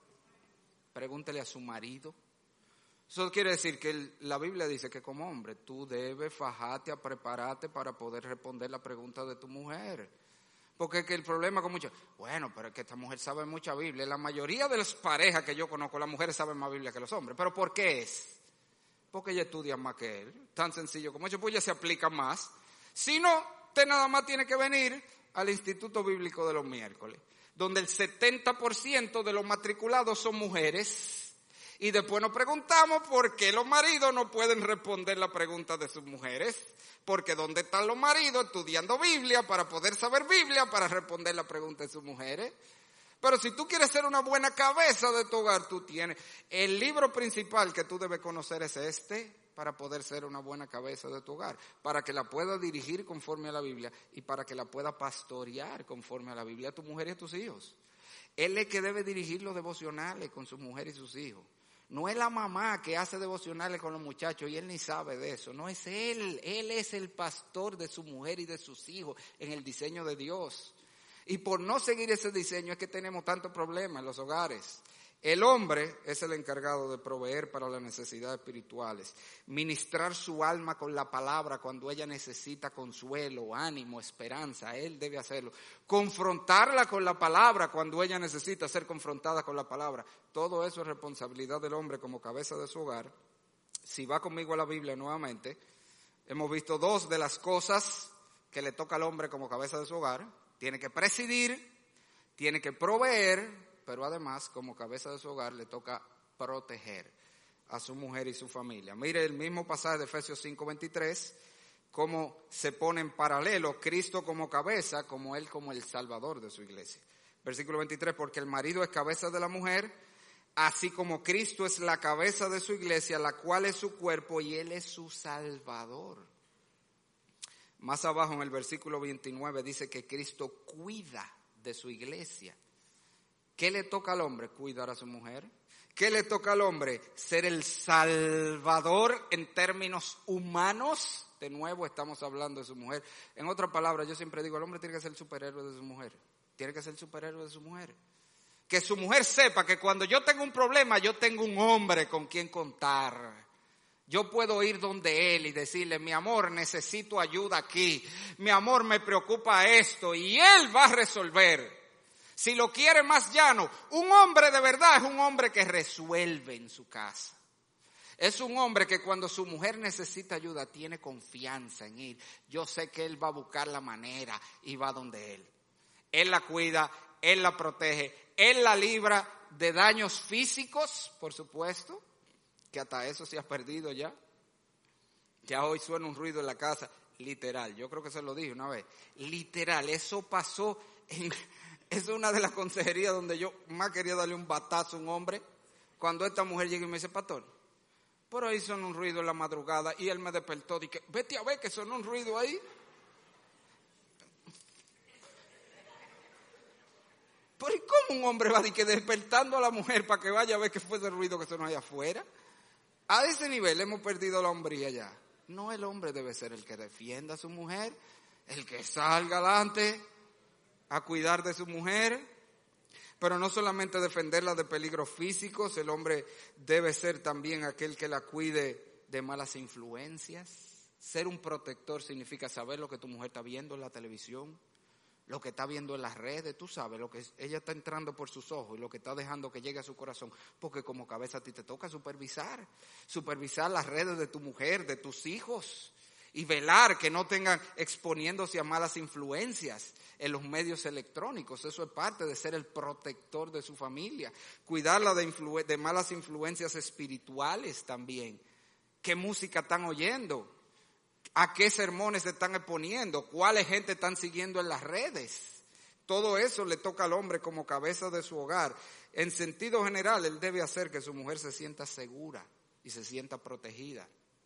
Pregúntele a su marido. Eso quiere decir que el, la Biblia dice que como hombre tú debes fajarte a prepararte para poder responder la pregunta de tu mujer. Porque es que el problema con muchos, bueno, pero es que esta mujer sabe mucha Biblia. La mayoría de las parejas que yo conozco, las mujeres saben más Biblia que los hombres. ¿Pero por qué es? Porque ella estudia más que él. Tan sencillo como eso, pues ella se aplica más. Si no, usted nada más tiene que venir al Instituto Bíblico de los miércoles, donde el setenta por ciento de los matriculados son mujeres. Y después nos preguntamos por qué los maridos no pueden responder la pregunta de sus mujeres. Porque ¿dónde están los maridos estudiando Biblia para poder saber Biblia para responder la pregunta de sus mujeres? Pero si tú quieres ser una buena cabeza de tu hogar, tú tienes. El libro principal que tú debes conocer es este, para poder ser una buena cabeza de tu hogar, para que la puedas dirigir conforme a la Biblia y para que la puedas pastorear conforme a la Biblia a tu mujer y a tus hijos. Él es que debe dirigir los devocionales con su mujer y sus hijos. No es la mamá que hace devocionales con los muchachos y él ni sabe de eso. No es él. Él es el pastor de su mujer y de sus hijos en el diseño de Dios. Y por no seguir ese diseño es que tenemos tantos problemas en los hogares. El hombre es el encargado de proveer para las necesidades espirituales, ministrar su alma con la palabra cuando ella necesita consuelo, ánimo, esperanza. Él debe hacerlo. Confrontarla con la palabra cuando ella necesita ser confrontada con la palabra. Todo eso es responsabilidad del hombre como cabeza de su hogar. Si va conmigo a la Biblia nuevamente, hemos visto dos de las cosas que le toca al hombre como cabeza de su hogar. Tiene que presidir, tiene que proveer, pero además como cabeza de su hogar le toca proteger. a su mujer y su familia. Mire el mismo pasaje de Efesios cinco veintitrés, cómo se pone en paralelo Cristo como cabeza, como Él como el Salvador de su iglesia. Versículo veintitrés, porque el marido es cabeza de la mujer, así como Cristo es la cabeza de su iglesia, la cual es su cuerpo y Él es su Salvador. Más abajo en el versículo veintinueve dice que Cristo cuida de su iglesia. ¿Qué le toca al hombre? Cuidar a su mujer. ¿Qué le toca al hombre? Ser el Salvador en términos humanos. De nuevo estamos hablando de su mujer. En otras palabras, yo siempre digo, el hombre tiene que ser el superhéroe de su mujer. Tiene que ser el superhéroe de su mujer. Que su mujer sepa que cuando yo tengo un problema, yo tengo un hombre con quien contar. Yo puedo ir donde él y decirle, mi amor, necesito ayuda aquí. Mi amor, me preocupa esto. Y él va a resolver. Si lo quiere más llano, un hombre de verdad es un hombre que resuelve en su casa. Es un hombre que cuando su mujer necesita ayuda tiene confianza en ir. Yo sé que él va a buscar la manera y va donde él. Él la cuida, él la protege, él la libra de daños físicos, por supuesto, que hasta eso se ha perdido ya. Ya hoy suena un ruido en la casa, literal. Yo creo que se lo dije una vez. Literal, eso pasó en... Es una de las consejerías donde yo más quería darle un batazo a un hombre. Cuando esta mujer llega y me dice, pastor, por ahí sonó un ruido en la madrugada. Y él me despertó. Dije, vete a ver que sonó un ruido ahí. ¿Pero y cómo un hombre va a decir despertando a la mujer para que vaya a ver qué fue ese ruido que sonó allá afuera? A ese nivel hemos perdido la hombría ya. No, el hombre debe ser el que defienda a su mujer, el que salga adelante a cuidar de su mujer, pero no solamente defenderla de peligros físicos, el hombre debe ser también aquel que la cuide de malas influencias. Ser un protector significa saber lo que tu mujer está viendo en la televisión, lo que está viendo en las redes, tú sabes, lo que ella está entrando por sus ojos y lo que está dejando que llegue a su corazón, porque como cabeza a ti te toca supervisar, supervisar las redes de tu mujer, de tus hijos, y velar que no tengan exponiéndose a malas influencias en los medios electrónicos. Eso es parte de ser el protector de su familia. Cuidarla de, influ- de malas influencias espirituales también. ¿Qué música están oyendo? ¿A qué sermones se están exponiendo? ¿Cuáles gente están siguiendo en las redes? Todo eso le toca al hombre como cabeza de su hogar. En sentido general, él debe hacer que su mujer se sienta segura y se sienta protegida.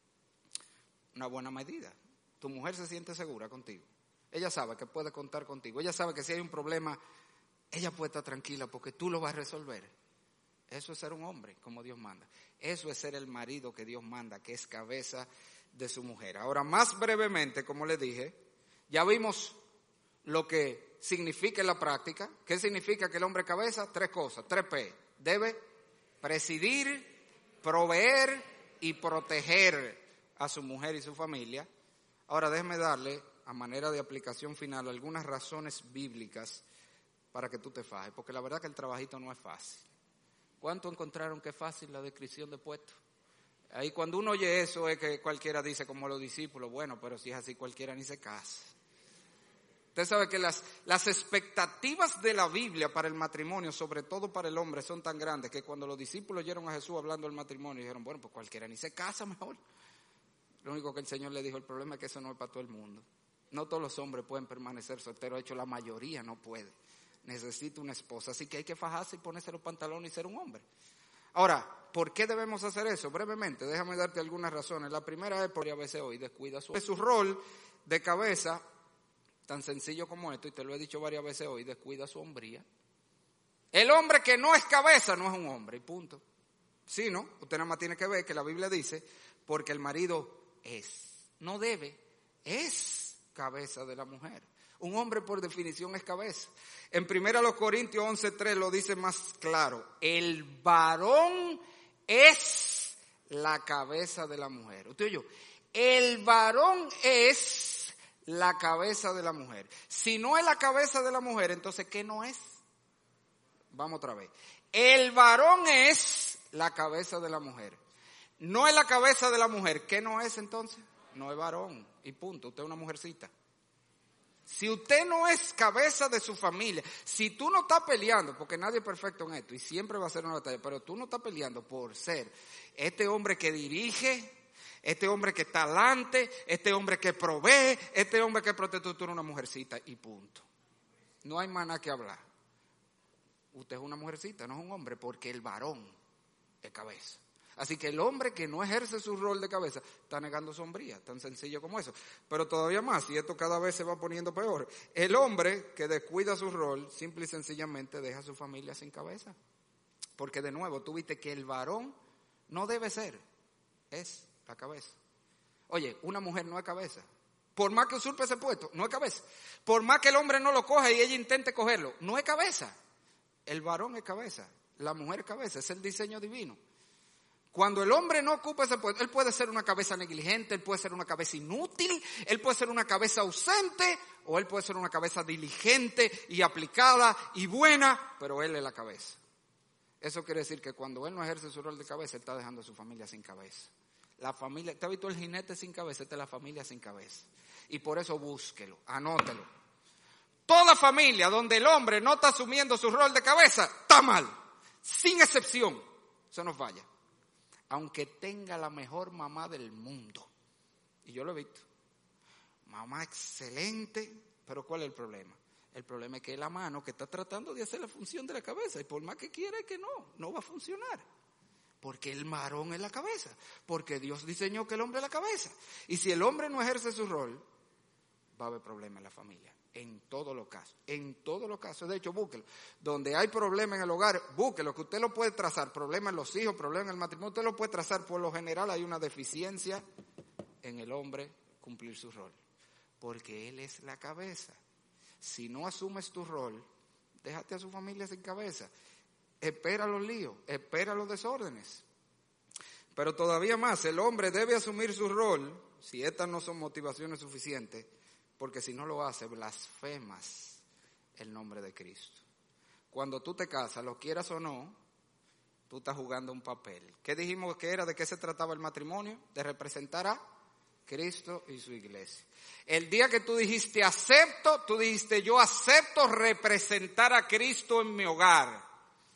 Una buena medida. Tu mujer se siente segura contigo. Ella sabe que puede contar contigo. Ella sabe que si hay un problema, ella puede estar tranquila porque tú lo vas a resolver. Eso es ser un hombre como Dios manda. Eso es ser el marido que Dios manda, que es cabeza de su mujer. Ahora, más brevemente, como le dije, ya vimos lo que significa en la práctica. ¿Qué significa que el hombre cabeza? Tres cosas, tres P. Debe presidir, proveer y proteger a su mujer y su familia. Ahora déjeme darle, a manera de aplicación final, algunas razones bíblicas para que tú te fajes, porque la verdad que el trabajito no es fácil. ¿Cuánto encontraron que es fácil la descripción de puesto? Ahí cuando uno oye eso es que cualquiera dice como los discípulos, bueno, pero si es así cualquiera ni se casa. Usted sabe que las, las expectativas de la Biblia para el matrimonio, sobre todo para el hombre, son tan grandes que cuando los discípulos oyeron a Jesús hablando del matrimonio, dijeron, bueno, pues cualquiera ni se casa mejor. Lo único que el Señor le dijo, el problema es que eso no es para todo el mundo. No todos los hombres pueden permanecer solteros, de hecho la mayoría no puede. Necesita una esposa, así que hay que fajarse y ponerse los pantalones y ser un hombre. Ahora, ¿por qué debemos hacer eso? Brevemente, déjame darte algunas razones. La primera es porque a veces hoy descuida su, su rol de cabeza, tan sencillo como esto, y te lo he dicho varias veces hoy, descuida su hombría. El hombre que no es cabeza no es un hombre, y punto. Sí, ¿no? Usted nada más tiene que ver que la Biblia dice, porque el marido es, no debe, es cabeza de la mujer. Un hombre por definición es cabeza. En primera los Corintios once tres lo dice más claro. El varón es la cabeza de la mujer. Usted oyó, el varón es la cabeza de la mujer. Si no es la cabeza de la mujer, entonces ¿qué no es? Vamos otra vez. El varón es la cabeza de la mujer. No es la cabeza de la mujer. ¿Qué no es entonces? No es varón. Y punto. Usted es una mujercita. Si usted no es cabeza de su familia, si tú no estás peleando, porque nadie es perfecto en esto y siempre va a ser una batalla, pero tú no estás peleando por ser este hombre que dirige, este hombre que está adelante, este hombre que provee, este hombre que protege, tú eres una mujercita y punto. No hay más nada que hablar. Usted es una mujercita, no es un hombre, porque el varón es cabeza. Así que el hombre que no ejerce su rol de cabeza está negando su hombría, tan sencillo como eso. Pero todavía más, y esto cada vez se va poniendo peor, el hombre que descuida su rol, simple y sencillamente deja a su familia sin cabeza. Porque de nuevo, tú viste que el varón no debe ser, es la cabeza. Oye, una mujer no es cabeza. Por más que usurpe ese puesto, no es cabeza. Por más que el hombre no lo coja y ella intente cogerlo, no es cabeza. El varón es cabeza, la mujer es cabeza, es el diseño divino. Cuando el hombre no ocupa ese puesto, él puede ser una cabeza negligente, él puede ser una cabeza inútil, él puede ser una cabeza ausente, o él puede ser una cabeza diligente y aplicada y buena, pero él es la cabeza. Eso quiere decir que cuando él no ejerce su rol de cabeza, él está dejando a su familia sin cabeza. La familia, ¿te has visto el jinete sin cabeza? Esta es la familia sin cabeza. Y por eso búsquelo, anótelo. Toda familia donde el hombre no está asumiendo su rol de cabeza, está mal, sin excepción. Eso no falla. Aunque tenga la mejor mamá del mundo. Y yo lo he visto. Mamá excelente, pero ¿cuál es el problema? El problema es que es la mano que está tratando de hacer la función de la cabeza. Y por más que quiera que no, no va a funcionar. Porque el varón es la cabeza. Porque Dios diseñó que el hombre es la cabeza. Y si el hombre no ejerce su rol, va a haber problemas en la familia. En todos los casos, en todos los casos. De hecho, búsquelo. Donde hay problemas en el hogar, búsquelo, que usted lo puede trazar. Problemas en los hijos, problemas en el matrimonio, usted lo puede trazar. Por lo general hay una deficiencia en el hombre cumplir su rol. Porque él es la cabeza. Si no asumes tu rol, déjate a su familia sin cabeza. Espera los líos, espera los desórdenes. Pero todavía más, el hombre debe asumir su rol, si estas no son motivaciones suficientes, porque si no lo hace, blasfemas el nombre de Cristo. Cuando tú te casas, lo quieras o no, tú estás jugando un papel. ¿Qué dijimos que era? ¿De qué se trataba el matrimonio? De representar a Cristo y su iglesia. El día que tú dijiste acepto, tú dijiste yo acepto representar a Cristo en mi hogar.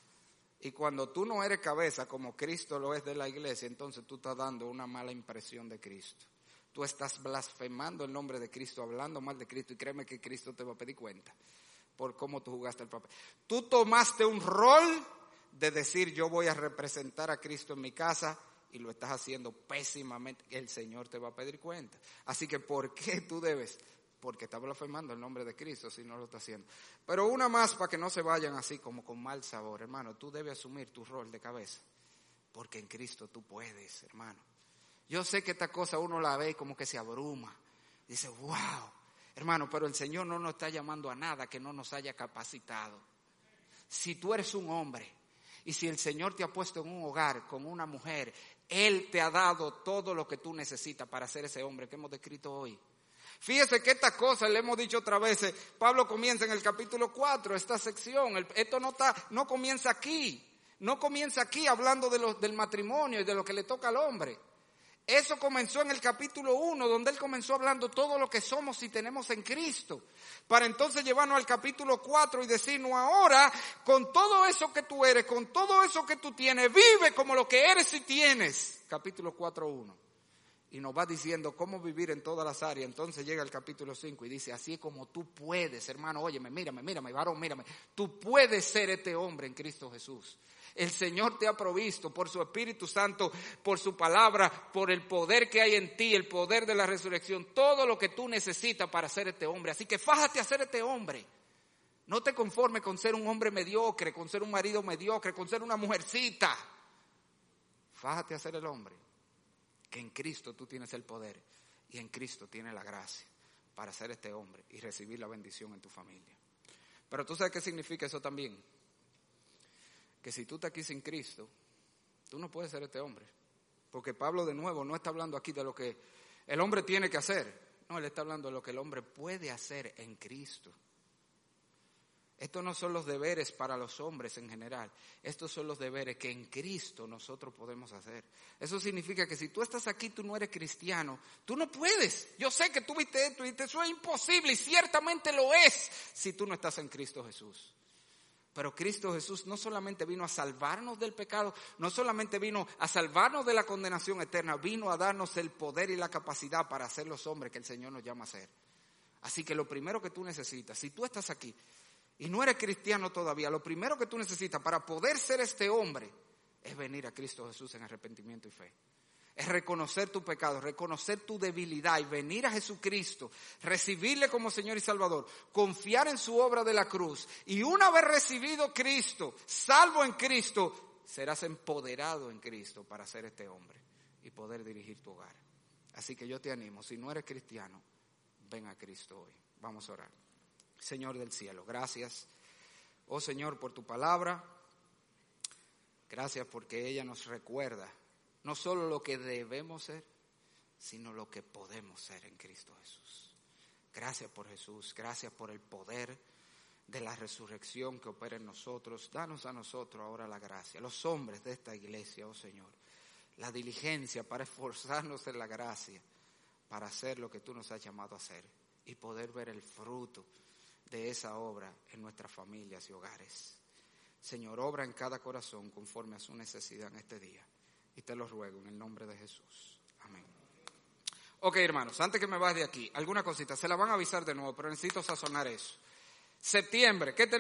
Y cuando tú no eres cabeza como Cristo lo es de la iglesia, entonces tú estás dando una mala impresión de Cristo. Tú estás blasfemando el nombre de Cristo, hablando mal de Cristo, y créeme que Cristo te va a pedir cuenta por cómo tú jugaste el papel. Tú tomaste un rol de decir yo voy a representar a Cristo en mi casa y lo estás haciendo pésimamente. El Señor te va a pedir cuenta. Así que ¿por qué tú debes? Porque estás blasfemando el nombre de Cristo si no lo estás haciendo. Pero una más para que no se vayan así como con mal sabor, hermano. Tú debes asumir tu rol de cabeza porque en Cristo tú puedes, hermano. Yo sé que esta cosa uno la ve y como que se abruma. Dice, wow, hermano, pero el Señor no nos está llamando a nada que no nos haya capacitado. Si tú eres un hombre y si el Señor te ha puesto en un hogar con una mujer, Él te ha dado todo lo que tú necesitas para ser ese hombre que hemos descrito hoy. Fíjese que esta cosa, le hemos dicho otra vez, Pablo comienza en el capítulo cuatro, esta sección, esto no, está, no comienza aquí, no comienza aquí hablando de lo, del matrimonio y de lo que le toca al hombre. Eso comenzó en el capítulo uno, donde él comenzó hablando todo lo que somos y tenemos en Cristo. Para entonces llevarnos al capítulo cuatro y decirnos ahora, con todo eso que tú eres, con todo eso que tú tienes, vive como lo que eres y tienes. Capítulo cuatro, uno. Y nos va diciendo cómo vivir en todas las áreas. Entonces llega el capítulo cinco y dice, así es como tú puedes, hermano, óyeme, mírame, mírame, varón, mírame. Tú puedes ser este hombre en Cristo Jesús. El Señor te ha provisto por su Espíritu Santo, por su palabra, por el poder que hay en ti, el poder de la resurrección, todo lo que tú necesitas para ser este hombre. Así que fájate a ser este hombre. No te conformes con ser un hombre mediocre, con ser un marido mediocre, con ser una mujercita. Fájate a ser el hombre. Que en Cristo tú tienes el poder y en Cristo tienes la gracia para ser este hombre y recibir la bendición en tu familia. Pero tú sabes qué significa eso también. Que si tú estás aquí sin Cristo, tú no puedes ser este hombre. Porque Pablo de nuevo no está hablando aquí de lo que el hombre tiene que hacer. No, él está hablando de lo que el hombre puede hacer en Cristo. Estos no son los deberes para los hombres en general. Estos son los deberes que en Cristo nosotros podemos hacer. Eso significa que si tú estás aquí, tú no eres cristiano, tú no puedes. Yo sé que tú viste esto y eso es imposible y ciertamente lo es si tú no estás en Cristo Jesús. Pero Cristo Jesús no solamente vino a salvarnos del pecado, no solamente vino a salvarnos de la condenación eterna, vino a darnos el poder y la capacidad para ser los hombres que el Señor nos llama a ser. Así que lo primero que tú necesitas, si tú estás aquí y no eres cristiano todavía, lo primero que tú necesitas para poder ser este hombre es venir a Cristo Jesús en arrepentimiento y fe. Es reconocer tu pecado, reconocer tu debilidad y venir a Jesucristo, recibirle como Señor y Salvador, confiar en su obra de la cruz. Y una vez recibido Cristo, salvo en Cristo, serás empoderado en Cristo para ser este hombre y poder dirigir tu hogar. Así que yo te animo, si no eres cristiano, ven a Cristo hoy. Vamos a orar. Señor del cielo, gracias, oh Señor, por tu palabra. Gracias porque ella nos recuerda no solo lo que debemos ser, sino lo que podemos ser en Cristo Jesús. Gracias por Jesús, gracias por el poder de la resurrección que opera en nosotros. Danos a nosotros ahora la gracia, los hombres de esta iglesia, oh Señor, la diligencia para esforzarnos en la gracia, para hacer lo que tú nos has llamado a hacer y poder ver el fruto de esa obra en nuestras familias y hogares. Señor, obra en cada corazón conforme a su necesidad en este día. Y te lo ruego en el nombre de Jesús. Amén. Ok, hermanos, antes que me vayas de aquí, alguna cosita, se la van a avisar de nuevo, pero necesito sazonar eso. Septiembre, ¿qué tenemos?